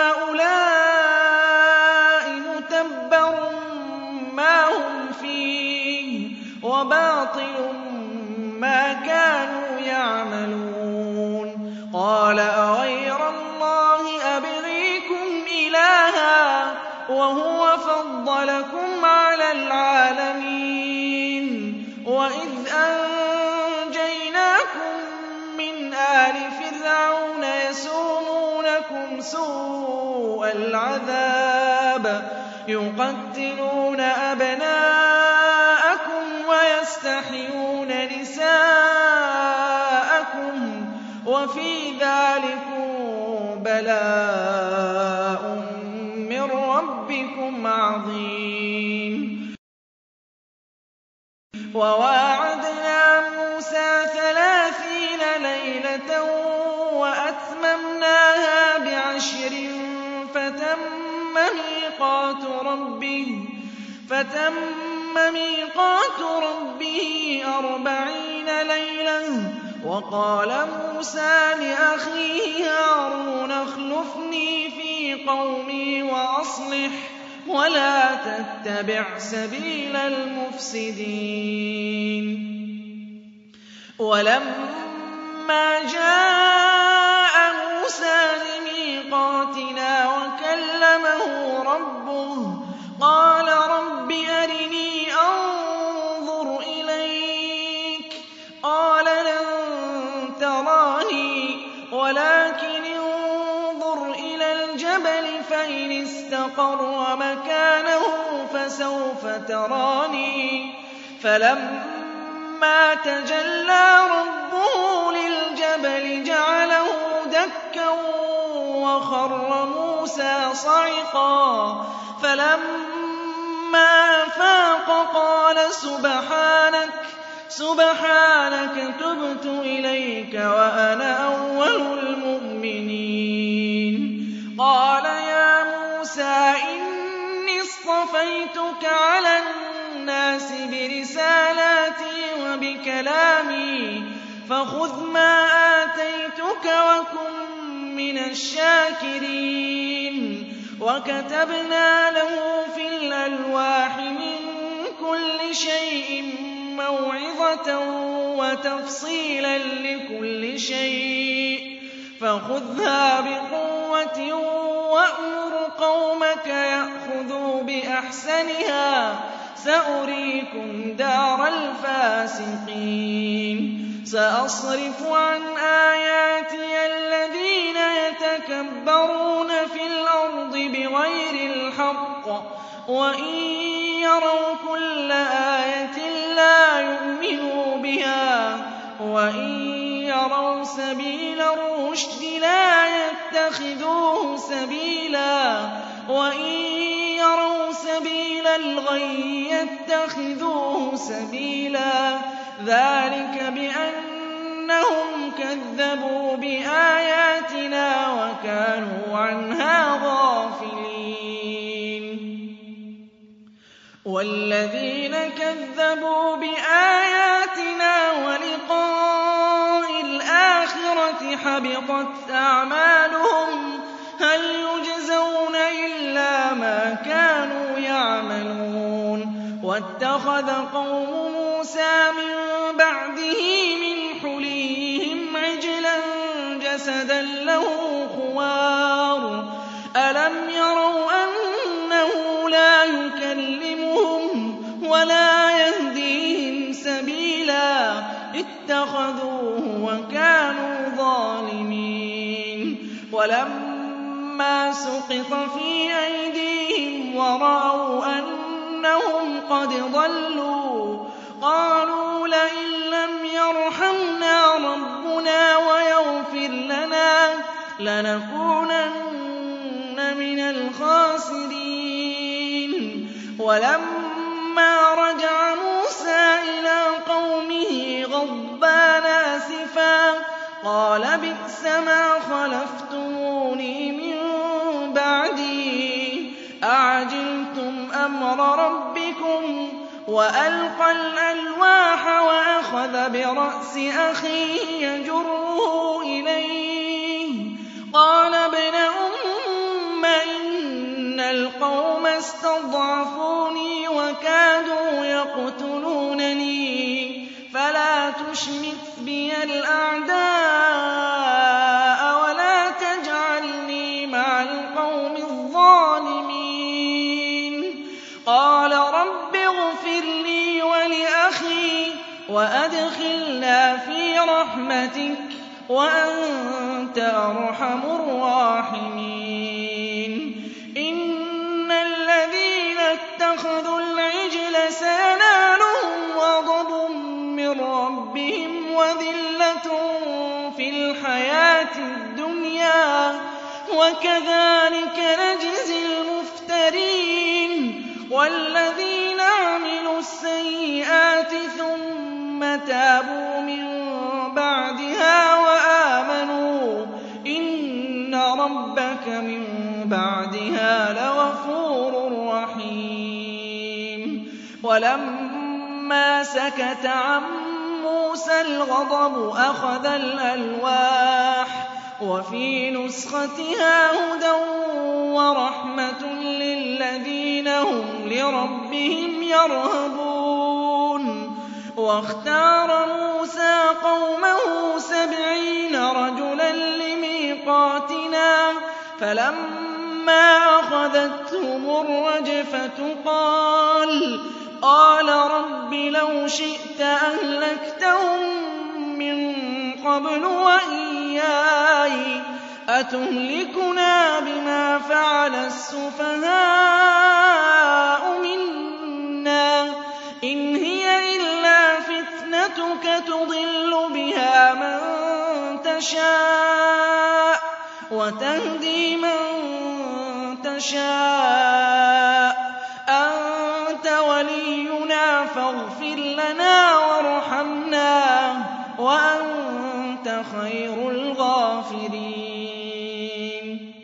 هَٰؤُلَاءِ مُتَبَّرٌ مَّا هُمْ فِيهِ وَبَاطِلٌ مَّا كَانُوا يَعْمَلُونَ قَالَ أَغَيْرَ اللَّهِ أَبْغِيكُمْ إِلَٰهًا وَهُوَ فَضَّلَكُمْ عَلَى الْعَالَمِينَ وَإِذْ أَنجَيْنَاكُم مِّنْ آلِ فِرْعَوْنَ يَسُومُونَكُمْ سُوءَ الْعَذَابِ يُقَتِّلُونَ أَبْنَاءَكُمْ وَيَسْتَحْيُونَ نِسَاءَكُمْ وَفِي ذَٰلِكُم بَلَاءٌ مِّن رَّبِّكُمْ عَظِيمٌ وَوَاعَدْنَا مُوسَىٰ 30 لَيْلَةً وَأَتْمَمْنَاهَا ب10 فَتَمَّ مِيقَاتُ رَبِّهِ 40 لَيْلَةً وَقَالَ مُوسَىٰ لِأَخِيهِ هَارُونَ اخْلُفْنِي فِي قَوْمِي وَأَصْلِحْ وَلَا تَتَّبِعْ سَبِيلَ الْمُفْسِدِينَ وَلَمَّا جَاءَ مُوسَىٰ لِمِيقَاتِنَا وَكَلَّمَهُ رَبُّهُ قَالَ رَبِّ أَرِنِي أَنظُرْ إِلَيْكَ قَالَ لَن تَرَانِي وَلَٰكِنِ انظُرْ إِلَى الْجَبَلِ فَإِنِ اسْتَقَرَّ مَكَانَهُ فَسَوْفَ تَرَانِي فَلَمَّا تَجَلَّىٰ رَبُّهُ لِلْجَبَلِ جَعَلَهُ دَكًّا وَخَرَّ مُوسَىٰ صَعِقًا فَلَمَّا أَفَاقَ قَالَ سُبْحَانَكَ تُبْتُ إِلَيْكَ وَأَنَا أَوَّلُ الْمُؤْمِنِينَ قَالَ يَا مُوسَىٰ إِنِّي اصْطَفَيْتُكَ عَلَى النَّاسِ بِرِسَالَاتِي وَبِكَلَامِي فَخُذْ مَا آتَيْتُكَ وَكُن مِّنَ الشَّاكِرِينَ وَكَتَبْنَا لَهُ فِي الْأَلْوَاحِ مِن كُلِّ شَيْءٍ مَّوْعِظَةً وَتَفْصِيلًا لِّكُلِّ شَيْءٍ فَخُذْهَا بِقُوَّةٍ وَأْمُرْ قَوْمَكَ يَأْخُذُوا بِأَحْسَنِهَا سَأُرِيكُمْ دَارَ الْفَاسِقِينَ سَأَصْرِفُ عَنْ آيَاتِيَ الَّذِينَ يَتَكَبَّرُونَ فِي الْأَرْضِ بِغَيْرِ الْحَقِّ وَإِن يَرَوْا كُلَّ آيَةٍ لَّا يُؤْمِنُوا بِهَا وَإِن يَرَوْا سَبِيلَ الرُّشْدِ لَا يَتَّخِذُوهُ سَبِيلًا وَإِن يَرَوْا سَبِيلَ الْغَيِّ يَتَّخِذُوهُ سَبِيلًا ذَلِكَ بِأَنَّهُمْ كَذَّبُوا بِآيَاتِنَا وَكَانُوا عَنْهَا غَافِلِينَ وَالَّذِينَ كَذَّبُوا بِآيَاتِنَا وَلِقَاءِ الْآخِرَةِ حَبِطَتْ أَعْمَالُهُمْ هَلْ يُجْزَوْنَ إِلَّا مَا كَانُوا يَعْمَلُونَ وَاتَّخَذَ قَوْمُ مُوسَىٰ مِن بَعْدِهِ مِنْ حُلِيِّهِمْ عِجْلًا جَسَدًا لَّهُ خُوَارٌ أَلَمْ يَرَوْا أَنَّهُ لَا يُكَلِّمُهُمْ وَلَا يَهْدِيهِمْ سَبِيلًا اتَّخَذُوهُ وَكَانُوا ظَالِمِينَ وَلَمَّا سُقِطَ فِي أَيْدِيهِمْ وَرَأَوْا أَنَّهُمْ قَدْ ضَلُّوا قَالُوا لَئِن لَّمْ يَرْحَمْنَا رَبُّنَا وَيَغْفِرْ لَنَا لَنَكُونَنَّ مِنَ الْخَاسِرِينَ وَلَمَّا رَجَعَ مُوسَىٰ إِلَىٰ قَوْمِهِ غَضْبَانَ أَسِفًا قَالَ بِئْسَمَا خَلَفْتُمُونِي مِن بَعْدِي أَعَجِلْتُمْ أَمْرَ رَبِّكُمْ وَأَلْقَى الْأَلْوَاحَ وَأَخَذَ بِرَأْسِ أَخِيهِ يَجُرُّهُ إِلَيْهِ قَالَ ابْنَ أُمَّ إِنَّ الْقَوْمَ اسْتَضْعَفُونِي وَكَادُوا يَقْتُلُونَنِي فَلَا تُشْمِتْ بِيَ الْأَعْدَاءَ وَلَا تَجْعَلْنِي مَعَ الْقَوْمِ الظَّالِمِينَ قَالَ رَبِّ اغْفِرْ لِي وَلِأَخِي وَأَدْخِلْنَا فِي رَحْمَتِكَ وَأَنتَ أَرْحَمُ الرَّاحِمِينَ إِنَّ الَّذِينَ اتَّخَذُوا الْعِجْلَ سَيَنَالُهُمْ غَضَبٌ مِّن رَّبِّهِمْ وَذِلَّةٌ فِي الْحَيَاةِ الدُّنْيَا ۚ وَكَذَٰلِكَ نَجْزِي الْمُفْتَرِينَ وَالَّذِينَ عَمِلُوا السَّيِّئَاتِ ثُمَّ تَابُوا مِن بَعْدِهَا وَآمَنُوا إِنَّ رَبَّكَ مِن بَعْدِهَا لَغَفُورٌ رَّحِيمٌ وَلَمَّا سَكَتَ عَن مُّوسَى الْغَضَبُ أَخَذَ الْأَلْوَاحَ وَفِي نُسْخَتِهَا هُدًى وَرَحْمَةٌ لِّلَّذِينَ هُمْ لِرَبِّهِمْ يَرْهَبُونَ وَاخْتَارَ مُوسَىٰ قَوْمَهُ 70 رَجُلًا لِّمِيقَاتِنَا فَلَمَّا أَخَذَتْهُمُ الرَّجْفَةُ قَالَ رَبِّ لَوْ شِئْتَ أَهْلَكْتَهُم مِّن قَبْلُ وَإِيَّايَ أَتُهْلِكُنَا بِمَا فَعَلَ السُّفَهَاءُ مِنَّا إِنْ هِيَ إِلَّا فِتْنَتُكَ تُضِلُّ بِهَا مَن تَشَاءُ وَتَهْدِي مَن تَشَاءُ أَنتَ وَلِيُّنَا فَاغْفِرْ لَنَا وَارْحَمْنَا وَأَنتَ خَيْرُ الْغَافِرِينَ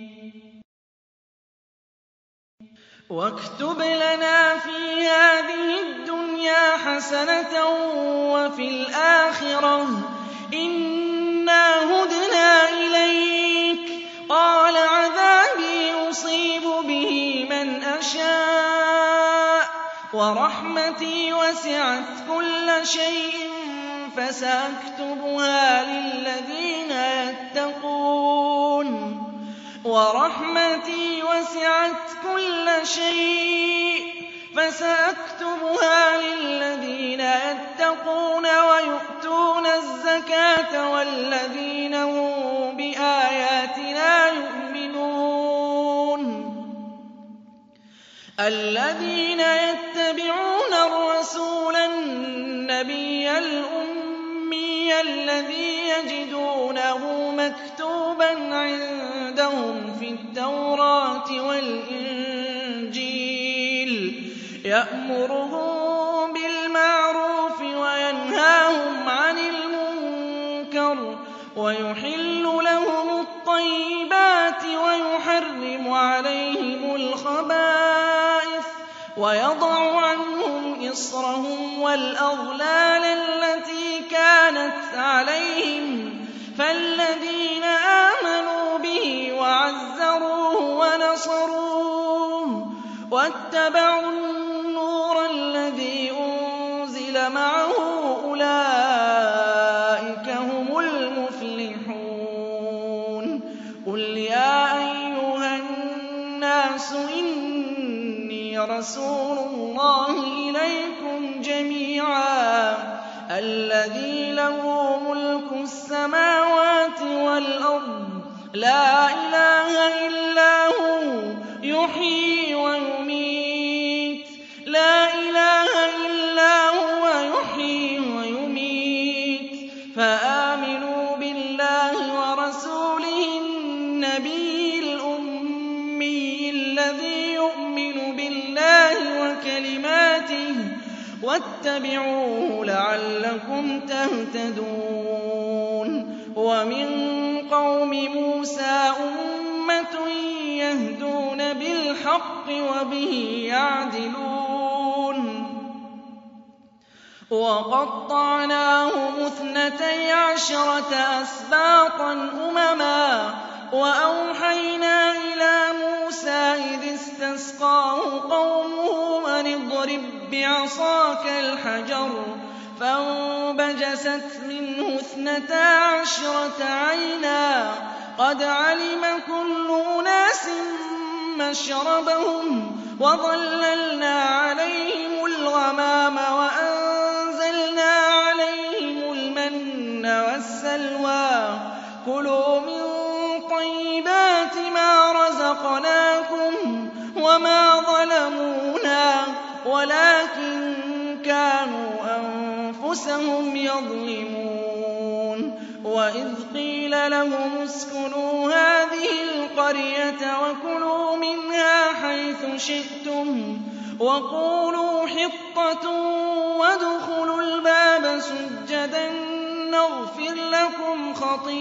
وَاكْتُبْ لَنَا فِي هَٰذِهِ الدُّنْيَا حَسَنَةً وَفِي الْآخِرَةِ إِنَّا هُدْنَا إِلَيْكَ قَالَ عَذَابِي أُصِيبُ بِهِ مَنْ أَشَاءُ وَرَحْمَتِي وَسِعَتْ كُلَّ شَيْءٍ فَسَأَكْتُبُهَا لِلَّذِينَ يَتَّقُونَ وَيُؤْتُونَ الزَّكَاةَ وَالَّذِينَ هُم بِآيَاتِنَا يُؤْمِنُونَ الَّذِينَ يَتَّبِعُونَ الرَّسُولَ النَّبِيَّ الْأُمِّيَّ الأمي الذي يجدونه مكتوبا عندهم في التوراة والإنجيل يأمرهم بالمعروف وينهاهم عن المنكر ويحل لهم الطيبات ويحرم عليهم الخبائث ويضع عنهم إصرهم والأغلال التي كانت عليهم فالذين آمنوا به وعزروه ونصروه واتبعوا النور الذي أنزل معه أولئك هم المفلحون قل يا أيها الناس إني رسول الله إليكم جميعا الذي له ملك السماوات والأرض لا إله إلا هو يحيي ويميت لا إله إلا هو يحيي ويميت فآمنوا بالله ورسوله النبي الأمي الذي يؤمن بالله وكلماته واتبعوه لعلكم تهتدون ومن قوم موسى أمة يهدون بالحق وبه يعدلون وقطعناهم 12 أسباطا أمما وأوحينا إلى موسى إذ استسقاه قومه أن اضرب بعصاك الحجر فانبجست منه 12 عينا قد علم كل أناس مشربهم وظللنا عليهم الغمام وأنزلنا عليهم المن والسلوى كلوا من طيبات ما رزقناكم وما ظلمونا ولكن كانوا أنفسهم يظلمون وإذ قيل لهم اسكنوا هذه القرية وكلوا منها حيث شئتم وقولوا حطة وادخلوا الباب سجدا نغفر لكم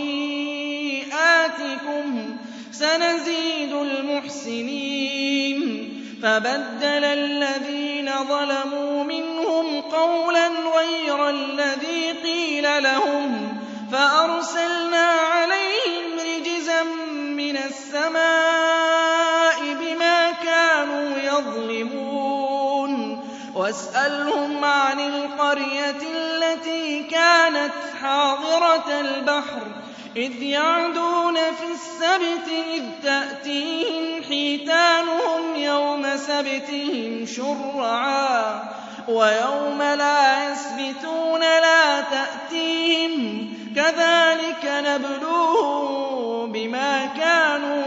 خطيئاتكم سنزيد المحسنين فبدل الذين ظلموا منهم قولا غير الذي قيل لهم فأرسلنا عليهم رجزا من السماء بما كانوا يظلمون واسألهم عن القرية التي كانت حاضرة البحر إذ يعدون في السبت إذ تأتيهم حيتانهم يوم سبتهم شرعا ويوم لا يسبتون لا تأتيهم كذلك نبلوهم بما كانوا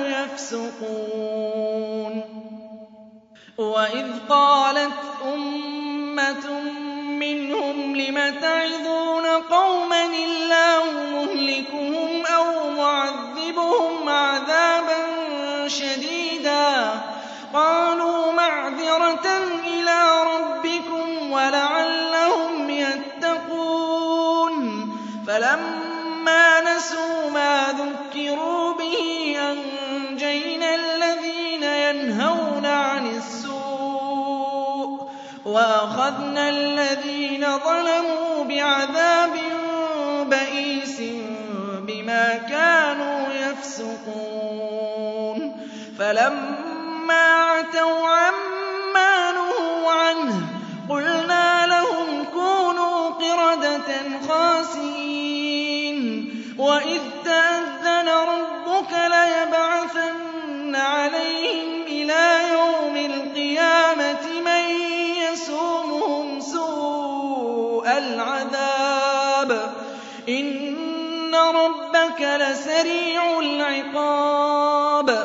يفسقون وإذ قالت أمة منهم لم تعظون قوما الله مهلكهم أو معذبهم عذابا شديدا قالوا معذرة إلى ربكم ولعلهم يتقون فلما نسوا ما ذكروا به أنجينا الذين ينهون عن السوء وأخذنا الذين ظلموا بعذاب بئيس بما كانوا يفسقون فلما عتوا عما نهوا عنه قلنا لهم كونوا قردة خاسئين وإذ تأذن ربك ليبعثن عليهم إلى يوم القيامة من يسومهم سوء العذاب إن ربك لسريع العقاب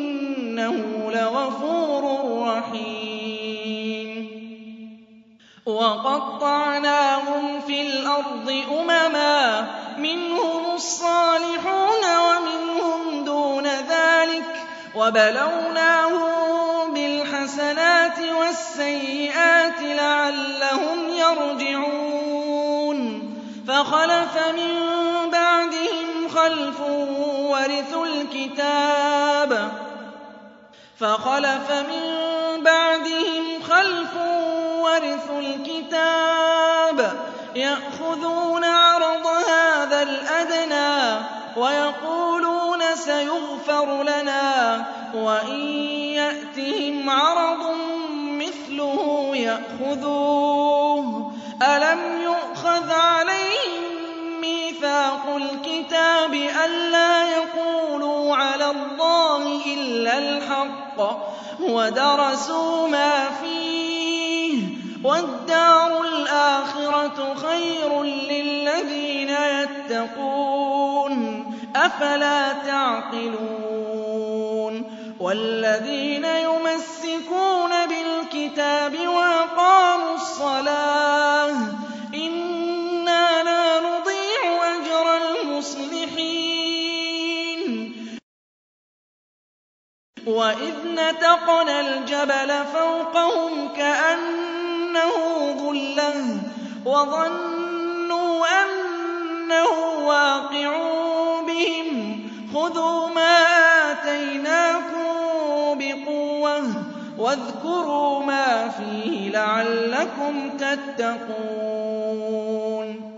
وإنه لغفور رحيم وَقَطَّعْنَاهُمْ فِي الْأَرْضِ أُمَمًا مِّنْهُمُ الصَّالِحُونَ وَمِنْهُمْ دُونَ ذَٰلِكَ وَبَلَوْنَاهُم بِالْحَسَنَاتِ وَالسَّيِّئَاتِ لَعَلَّهُمْ يَرْجِعُونَ فَخَلَفَ مِن بَعْدِهِمْ خَلْفٌ وَرِثُوا الْكِتَابَ يَأْخُذُونَ عَرَضَ هَٰذَا الْأَدْنَىٰ وَيَقُولُونَ سَيُغْفَرُ لَنَا وَإِن يَأْتِهِمْ عَرَضٌ مِّثْلُهُ يَأْخُذُوهُ أَلَمْ يُؤْخَذْ عَلَيْهِم مِّيثَاقُ الْكِتَابِ أَلَّا يَقُولُوا عَلَى اللَّهِ إِلَّا الْحَقَّ وَدَرَسُوا مَا فِيهِ ۗ وَالدَّارُ الْآخِرَةُ خَيْرٌ لِّلَّذِينَ يَتَّقُونَ ۗ أَفَلَا تَعْقِلُونَ وَالَّذِينَ يُمَسِّكُونَ بِالْكِتَابِ وَأَقَامُوا الصَّلَاةَ إِنَّا لَا نُضِيعُ أَجْرَ الْمُصْلِحِينَ وَإِذْ نَتَقْنَا الْجَبَلَ فَوْقَهُمْ كَأَنَّهُ ظُلَّةٌ وَظَنُّوا أَنَّهُ وَاقِعٌ بِهِمْ خُذُوا مَا آتَيْنَاكُم بِقُوَّةٍ وَاذْكُرُوا مَا فِيهِ لَعَلَّكُمْ تَتَّقُونَ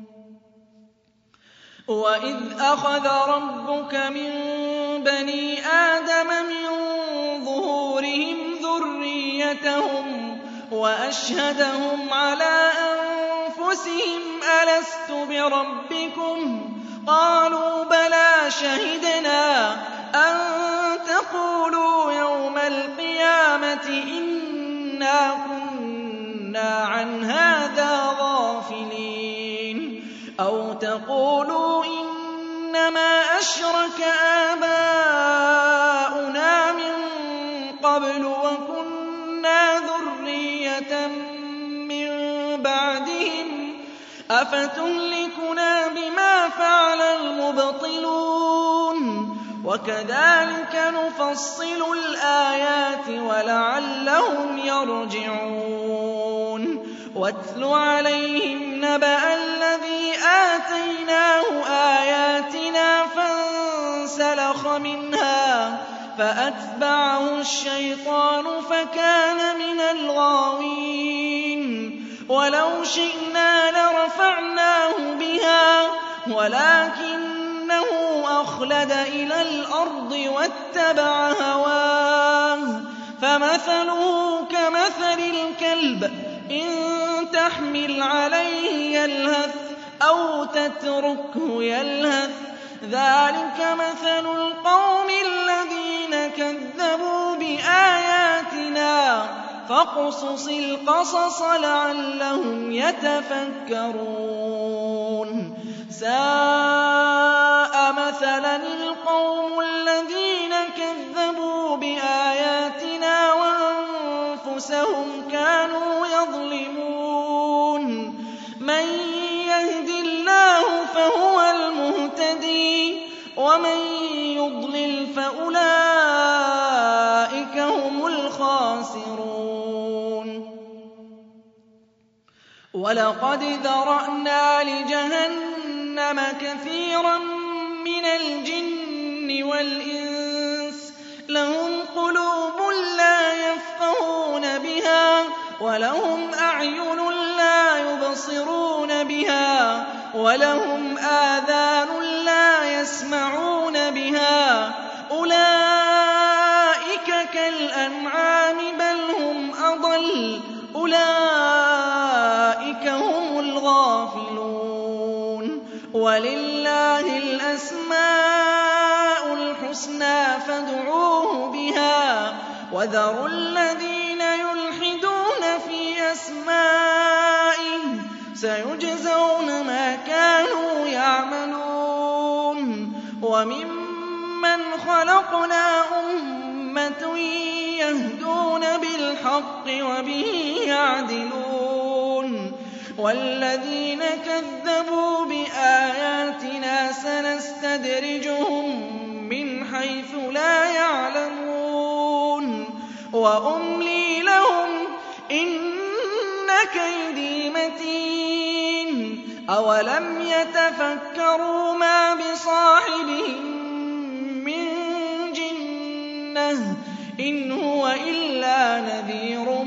وَإِذْ أَخَذَ رَبُّكَ مِن بَنِي آدَمَ مِن ظُهُورِهِمْ ذُرِّيَّتَهُمْ وَأَشْهَدَهُمْ عَلَىٰ أَنفُسِهِمْ أَلَسْتُ بِرَبِّكُمْ ۖ قَالُوا بَلَىٰ شَهِدْنَا أَن تَقُولُوا يَوْمَ الْقِيَامَةِ إِنَّا كُنَّا عَنْ هَٰذَا غَافِلِينَ أَوْ تَقُولُوا إِنَّمَا أَشْرَكَ آبَاؤُنَا مِن قَبْلُ وَكُنَّا ذُرِّيَّةً مِّن بَعْدِهِمْ ۖ أَفَتُهْلِكُنَا بِمَا فَعَلَ الْمُبْطِلُونَ وَكَذَٰلِكَ نُفَصِّلُ الْآيَاتِ وَلَعَلَّهُمْ يَرْجِعُونَ وَاتْلُ عَلَيْهِمْ نَبَأَ الَّذِي آتَيْنَاهُ آيَاتِنَا فَانسَلَخَ مِنْهَا فَأَتْبَعَهُ الشَّيْطَانُ فَكَانَ مِنَ الْغَاوِينَ وَلَوْ شِئْنَا لَرَفَعْنَاهُ بِهَا وَلَٰكِنَّهُ أَخْلَدَ إِلَى الْأَرْضِ وَاتَّبَعَ هَوَاهُ فَمَثَلُهُ كَمَثَلِ الْكَلْبِ إِن تَحْمِلْ عَلَيْهِ يَلْهَثْ أَوْ تَتْرُكْهُ يَلْهَث ۚ ذَٰلِكَ مَثَلُ الْقَوْمِ الَّذِينَ كَذَّبُوا بِآيَاتِنَا ۖ فَاقْصُصِ الْقَصَصَ لَعَلَّهُمْ يَتَفَكَّرُونَ سَاءَ مَثَلًا الْقَوْمُ الَّذِينَ كَذَّبُوا بِآيَاتِنَا وَأَنفُسَهُمْ كَانُوا يَظْلِمُونَ مَن يَهْدِ اللَّهُ فَهُوَ الْمُهْتَدِي وَمَن يُضْلِلْ فَأُولَٰئِكَ هُمُ الْخَاسِرُونَ وَلَقَدْ ذَرَأْنَا لِجَهَنَّمَ كَثِيرًا مِّنَ الْجِنِّ وَالْإِنسِ لَهُمْ قُلُوبٌ لَّا يَفْقَهُونَ بِهَا وَلَهُمْ أَعْيُنٌ لَّا يُبْصِرُونَ بِهَا وَلَهُمْ آذَانٌ لَّا يَسْمَعُونَ بِهَا أُولَٰئِكَ كَالْأَنْعَامِ بَلْ هُمْ أَضَلُّ أُولَٰئِكَ هُمُ الْغَافِلُونَ وَلِلَّهِ الْأَسْمَاءُ الْحُسْنَىٰ فَادْعُوهُ بِهَا وَذَرُوا الَّذِينَ يُلْحِدُونَ فِي أَسْمَائِهِ ۚ سَيُجْزَوْنَ مَا كَانُوا يَعْمَلُونَ وَمِمَّنْ خَلَقْنَا أُمَّةٌ يَهْدُونَ بِالْحَقِّ وَبِهِ يَعْدِلُونَ وَالَّذِينَ كَذَّبُوا بِآيَاتِنَا سَنَسْتَدْرِجُهُم مِّنْ حَيْثُ لَا يَعْلَمُونَ وَأُمْلِي لَهُمْ إِنَّ كَيْدِي مَتِينٌ أَوَلَمْ يَتَفَكَّرُوا مَا بِصَاحِبِهِم مِّن جِنَّةٍ إِنْ هُوَ إِلَّا نَذِيرٌ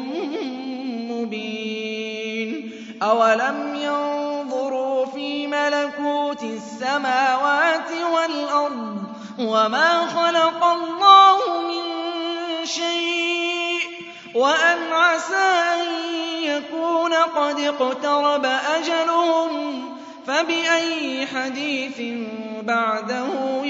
مُّبِينٌ أَوَلَمْ يَنظُرُوا فِي مَلَكُوتِ السَّمَاوَاتِ وَالْأَرْضِ وَمَا خَلَقَ اللَّهُ مِن شَيْءٍ وَأَنْ عَسَىٰ أَن يَكُونَ قَدِ اقْتَرَبَ أَجَلُهُمْ فَبِأَيِّ حَدِيثٍ بَعْدَهُ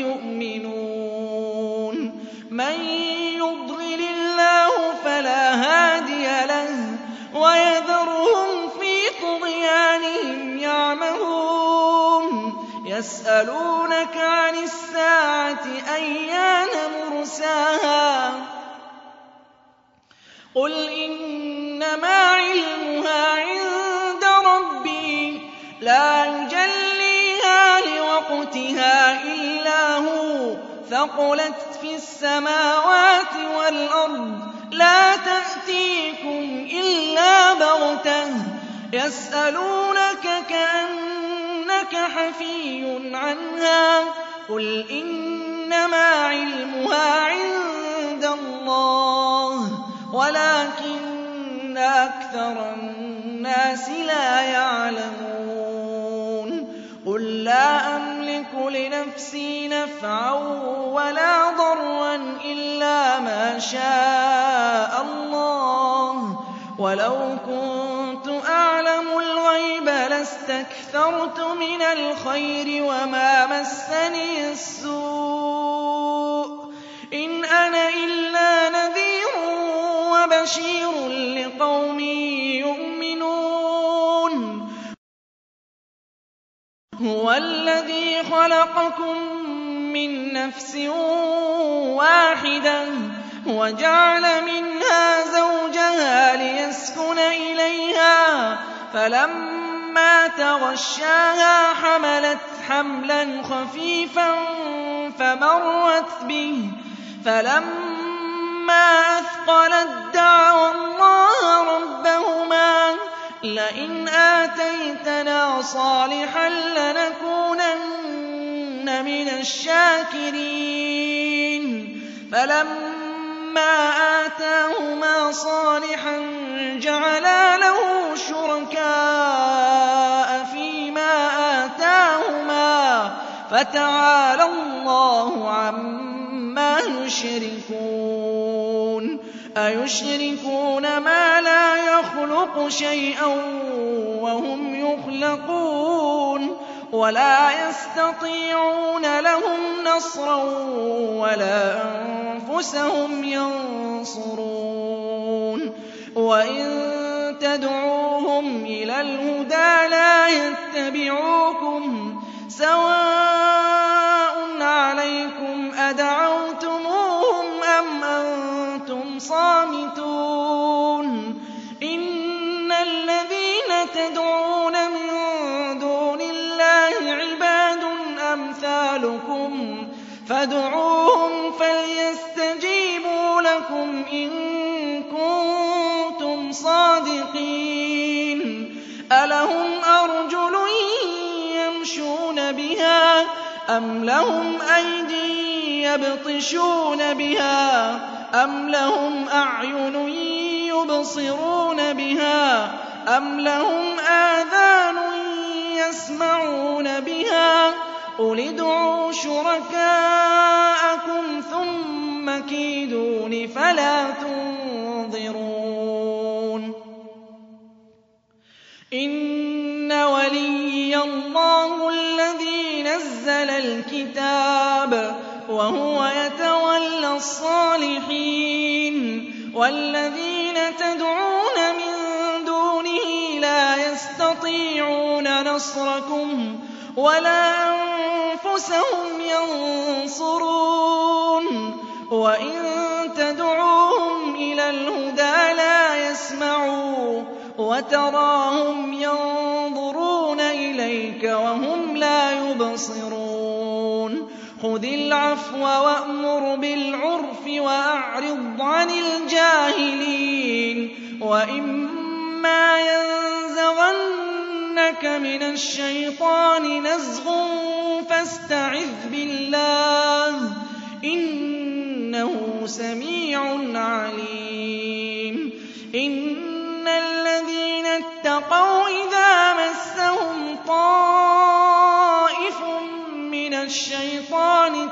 يُؤْمِنُونَ مَن يُضْلِلِ اللَّهُ فَلَا هَادِيَ لَهُ وَيَذَرُهُمْ فِي طُغْيَانِهِمْ يَعْمَهُونَ يَسْأَلُونَكَ عَنِ السَّاعَةِ أَيَّانَ مُرْسَاهَا قُلْ إِنَّمَا عِلْمُهَا عِندَ رَبِّي لَا يُجَلِّيهَا لِوَقْتِهَا إِلَّا هُوَ ثَقُلَتْ فِي السَّمَاوَاتِ وَالْأَرْضِ لَا تَأْتِيكُمْ إِلَّا بَغْتَةً يَسْأَلُونَكَ كَأَنَّكَ حَفِيٌّ عَنْهَا قُلْ إِنَّمَا عِلْمُهَا عِندَ اللَّهِ وَلَٰكِنَّ أَكْثَرَ النَّاسِ لَا يَعْلَمُونَ قُل لَّا أَمْلِكُ لِنَفْسِي نَفْعًا وَلَا ضَرًّا إِلَّا مَا شَاءَ اللَّهُ وَلَوْ كُنتُ أَعْلَمُ الْغَيْبَ لَاسْتَكْثَرْتُ مِنَ الْخَيْرِ وَمَا مَسَّنِيَ السُّوءُ إِنْ أَنَا إِلَّا نَذِيرٌ وَبَشِيرٌ لِّقَوْمٍ يُؤْمِنُونَ هُوَ الَّذِي خَلَقَكُم مِّن نَّفْسٍ وَاحِدَةٍ وَجَعَلَ مِنْهَا زَوْجَهَا لِيَسْكُنَ إِلَيْهَا فَلَمَّا تَغَشَّاهَا حَمَلَتْ حَمْلًا خَفِيفًا فَمَرَّتْ بِهِ فَلَمَّا أَثْقَلَت دَّعَوَا اللَّهَ رَبَّهُمَا لَئِنْ آتَيْتَنَا صَالِحًا لَّنَكُونَنَّ مِنَ الشَّاكِرِينَ فَلَمَّا آتَاهُمَا صَالِحًا جَعَلَا لَهُ شُرَكَاءَ فِيمَا آتَاهُمَا فَتَعَالَى اللَّهُ عَمَّا يُشْرِكُونَ أَيُشْرِكُونَ مَا لَا يَخْلُقُ شَيْئًا وَهُمْ يُخْلَقُونَ وَلَا يَسْتَطِيعُونَ لَهُمْ نَصْرًا وَلَا أَنفُسَهُمْ يَنصُرُونَ وَإِن تَدْعُوهُمْ إِلَى الْهُدَىٰ لَا يَتَّبِعُوكُمْ سَوَاءٌ عَلَيْكُمْ أَدَعَوْتُمُوهُمْ أَمْ أَنتُمْ صَامِتُونَ إِنَّ الَّذِينَ تَدْعُونَ مِن دُونِ اللَّهِ عِبَادٌ أَمْثَالُكُمْ فَادْعُوهُمْ فَلْيَسْتَجِيبُوا لَكُمْ إِن كُنتُمْ صَادِقِينَ أَلَهُمْ أَرْجُلٌ يَمْشُونَ بِهَا أَمْ لَهُمْ أَيْدٍ يَبْطِشُونَ بِهَا أَمْ لَهُمْ أَعْيُنٌ يُبْصِرُونَ بِهَا أَمْ لَهُمْ آذَانٌ يَسْمَعُونَ بِهَا قُلِ ادْعُوا شُرَكَاءَكُمْ ثُمَّ كِيدُونِ فَلَا تُنظِرُونِ إِنَّ وَلِيَّ اللَّهُ الَّذِي نَزَّلَ الْكِتَابَ وَهُوَ يَتَوَلَّى الصَّالِحِينَ وَالَّذِينَ تَدْعُونَ مِن دُونِهِ لَا يَسْتَطِيعُونَ نَصْرَكُمْ وَلَا أَنفُسَهُمْ يَنصُرُونَ وَإِن تَدْعُوهُمْ إِلَى الْهُدَىٰ لَا يَسْمَعُوا وَتَرَاهُمْ يَنظُرُونَ إِلَيْكَ وَهُمْ لَا يُبْصِرُونَ خُذِ الْعَفْوَ وَأْمُرْ بِالْعُرْفِ وَأَعْرِضْ عَنِ الْجَاهِلِينَ وَإِمَّا يَنزَغَنَّكَ مِنَ الشَّيْطَانِ نَزْغٌ فَاسْتَعِذْ بِاللَّهِ ۖ إِنَّهُ سَمِيعٌ عَلِيمٌ إِنَّ الَّذِينَ اتَّقَوْا إِذَا مَسَّهُمْ طَائِفٌ مِّنَ الشَّيْطَانِ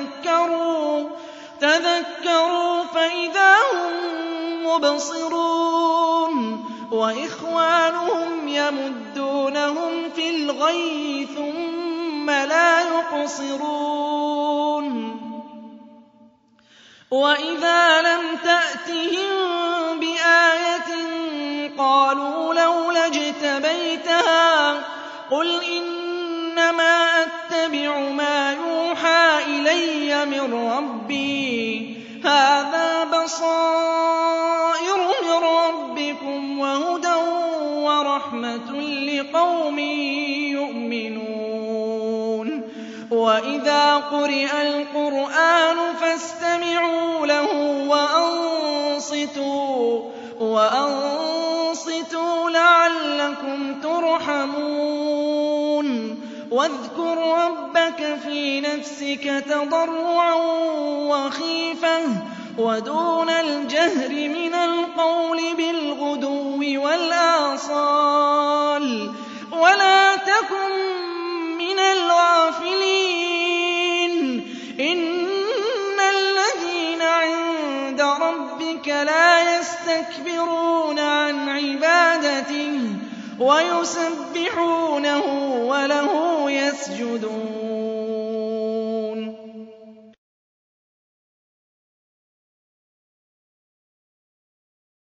تَذَكَّرُوا فَإِذَا هُم مُّبْصِرُونَ وَإِخْوَانُهُمْ يَمُدُّونَهُمْ فِي الْغَيِّ ثُمَّ لَا يُقْصِرُونَ وَإِذَا لَمْ تَأْتِهِم بِآيَةٍ قَالُوا لَوْلَا اجْتَبَيْتَهَا قُلْ إِنَّمَا أَتَّبِعُ مَا يُوحَىٰ إِلَيَّ مِن رَّبِّي هَٰذَا بَصَائِرُ مِن رَّبِّكُمْ وَهُدًى وَرَحْمَةٌ لِّقَوْمٍ يُؤْمِنُونَ وَإِذَا قُرِئَ الْقُرْآنُ فَاسْتَمِعُوا لَهُ وَأَنصِتُوا لَعَلَّكُمْ تُرْحَمُونَ وَاذْكُر رَّبَّكَ فِي نَفْسِكَ تَضَرُّعًا وَخِيفَةً وَدُونَ الْجَهْرِ مِنَ الْقَوْلِ بِالْغُدُوِّ وَالْآصَالِ وَلَا تَكُن مِّنَ الْغَافِلِينَ إِنَّ الَّذِينَ عِندَ رَبِّكَ لَا يَسْتَكْبِرُونَ عَنْ عِبَادَتِهِ وَيُسَبِّحُونَهُ وَلَهُ يَسْجُدُونَ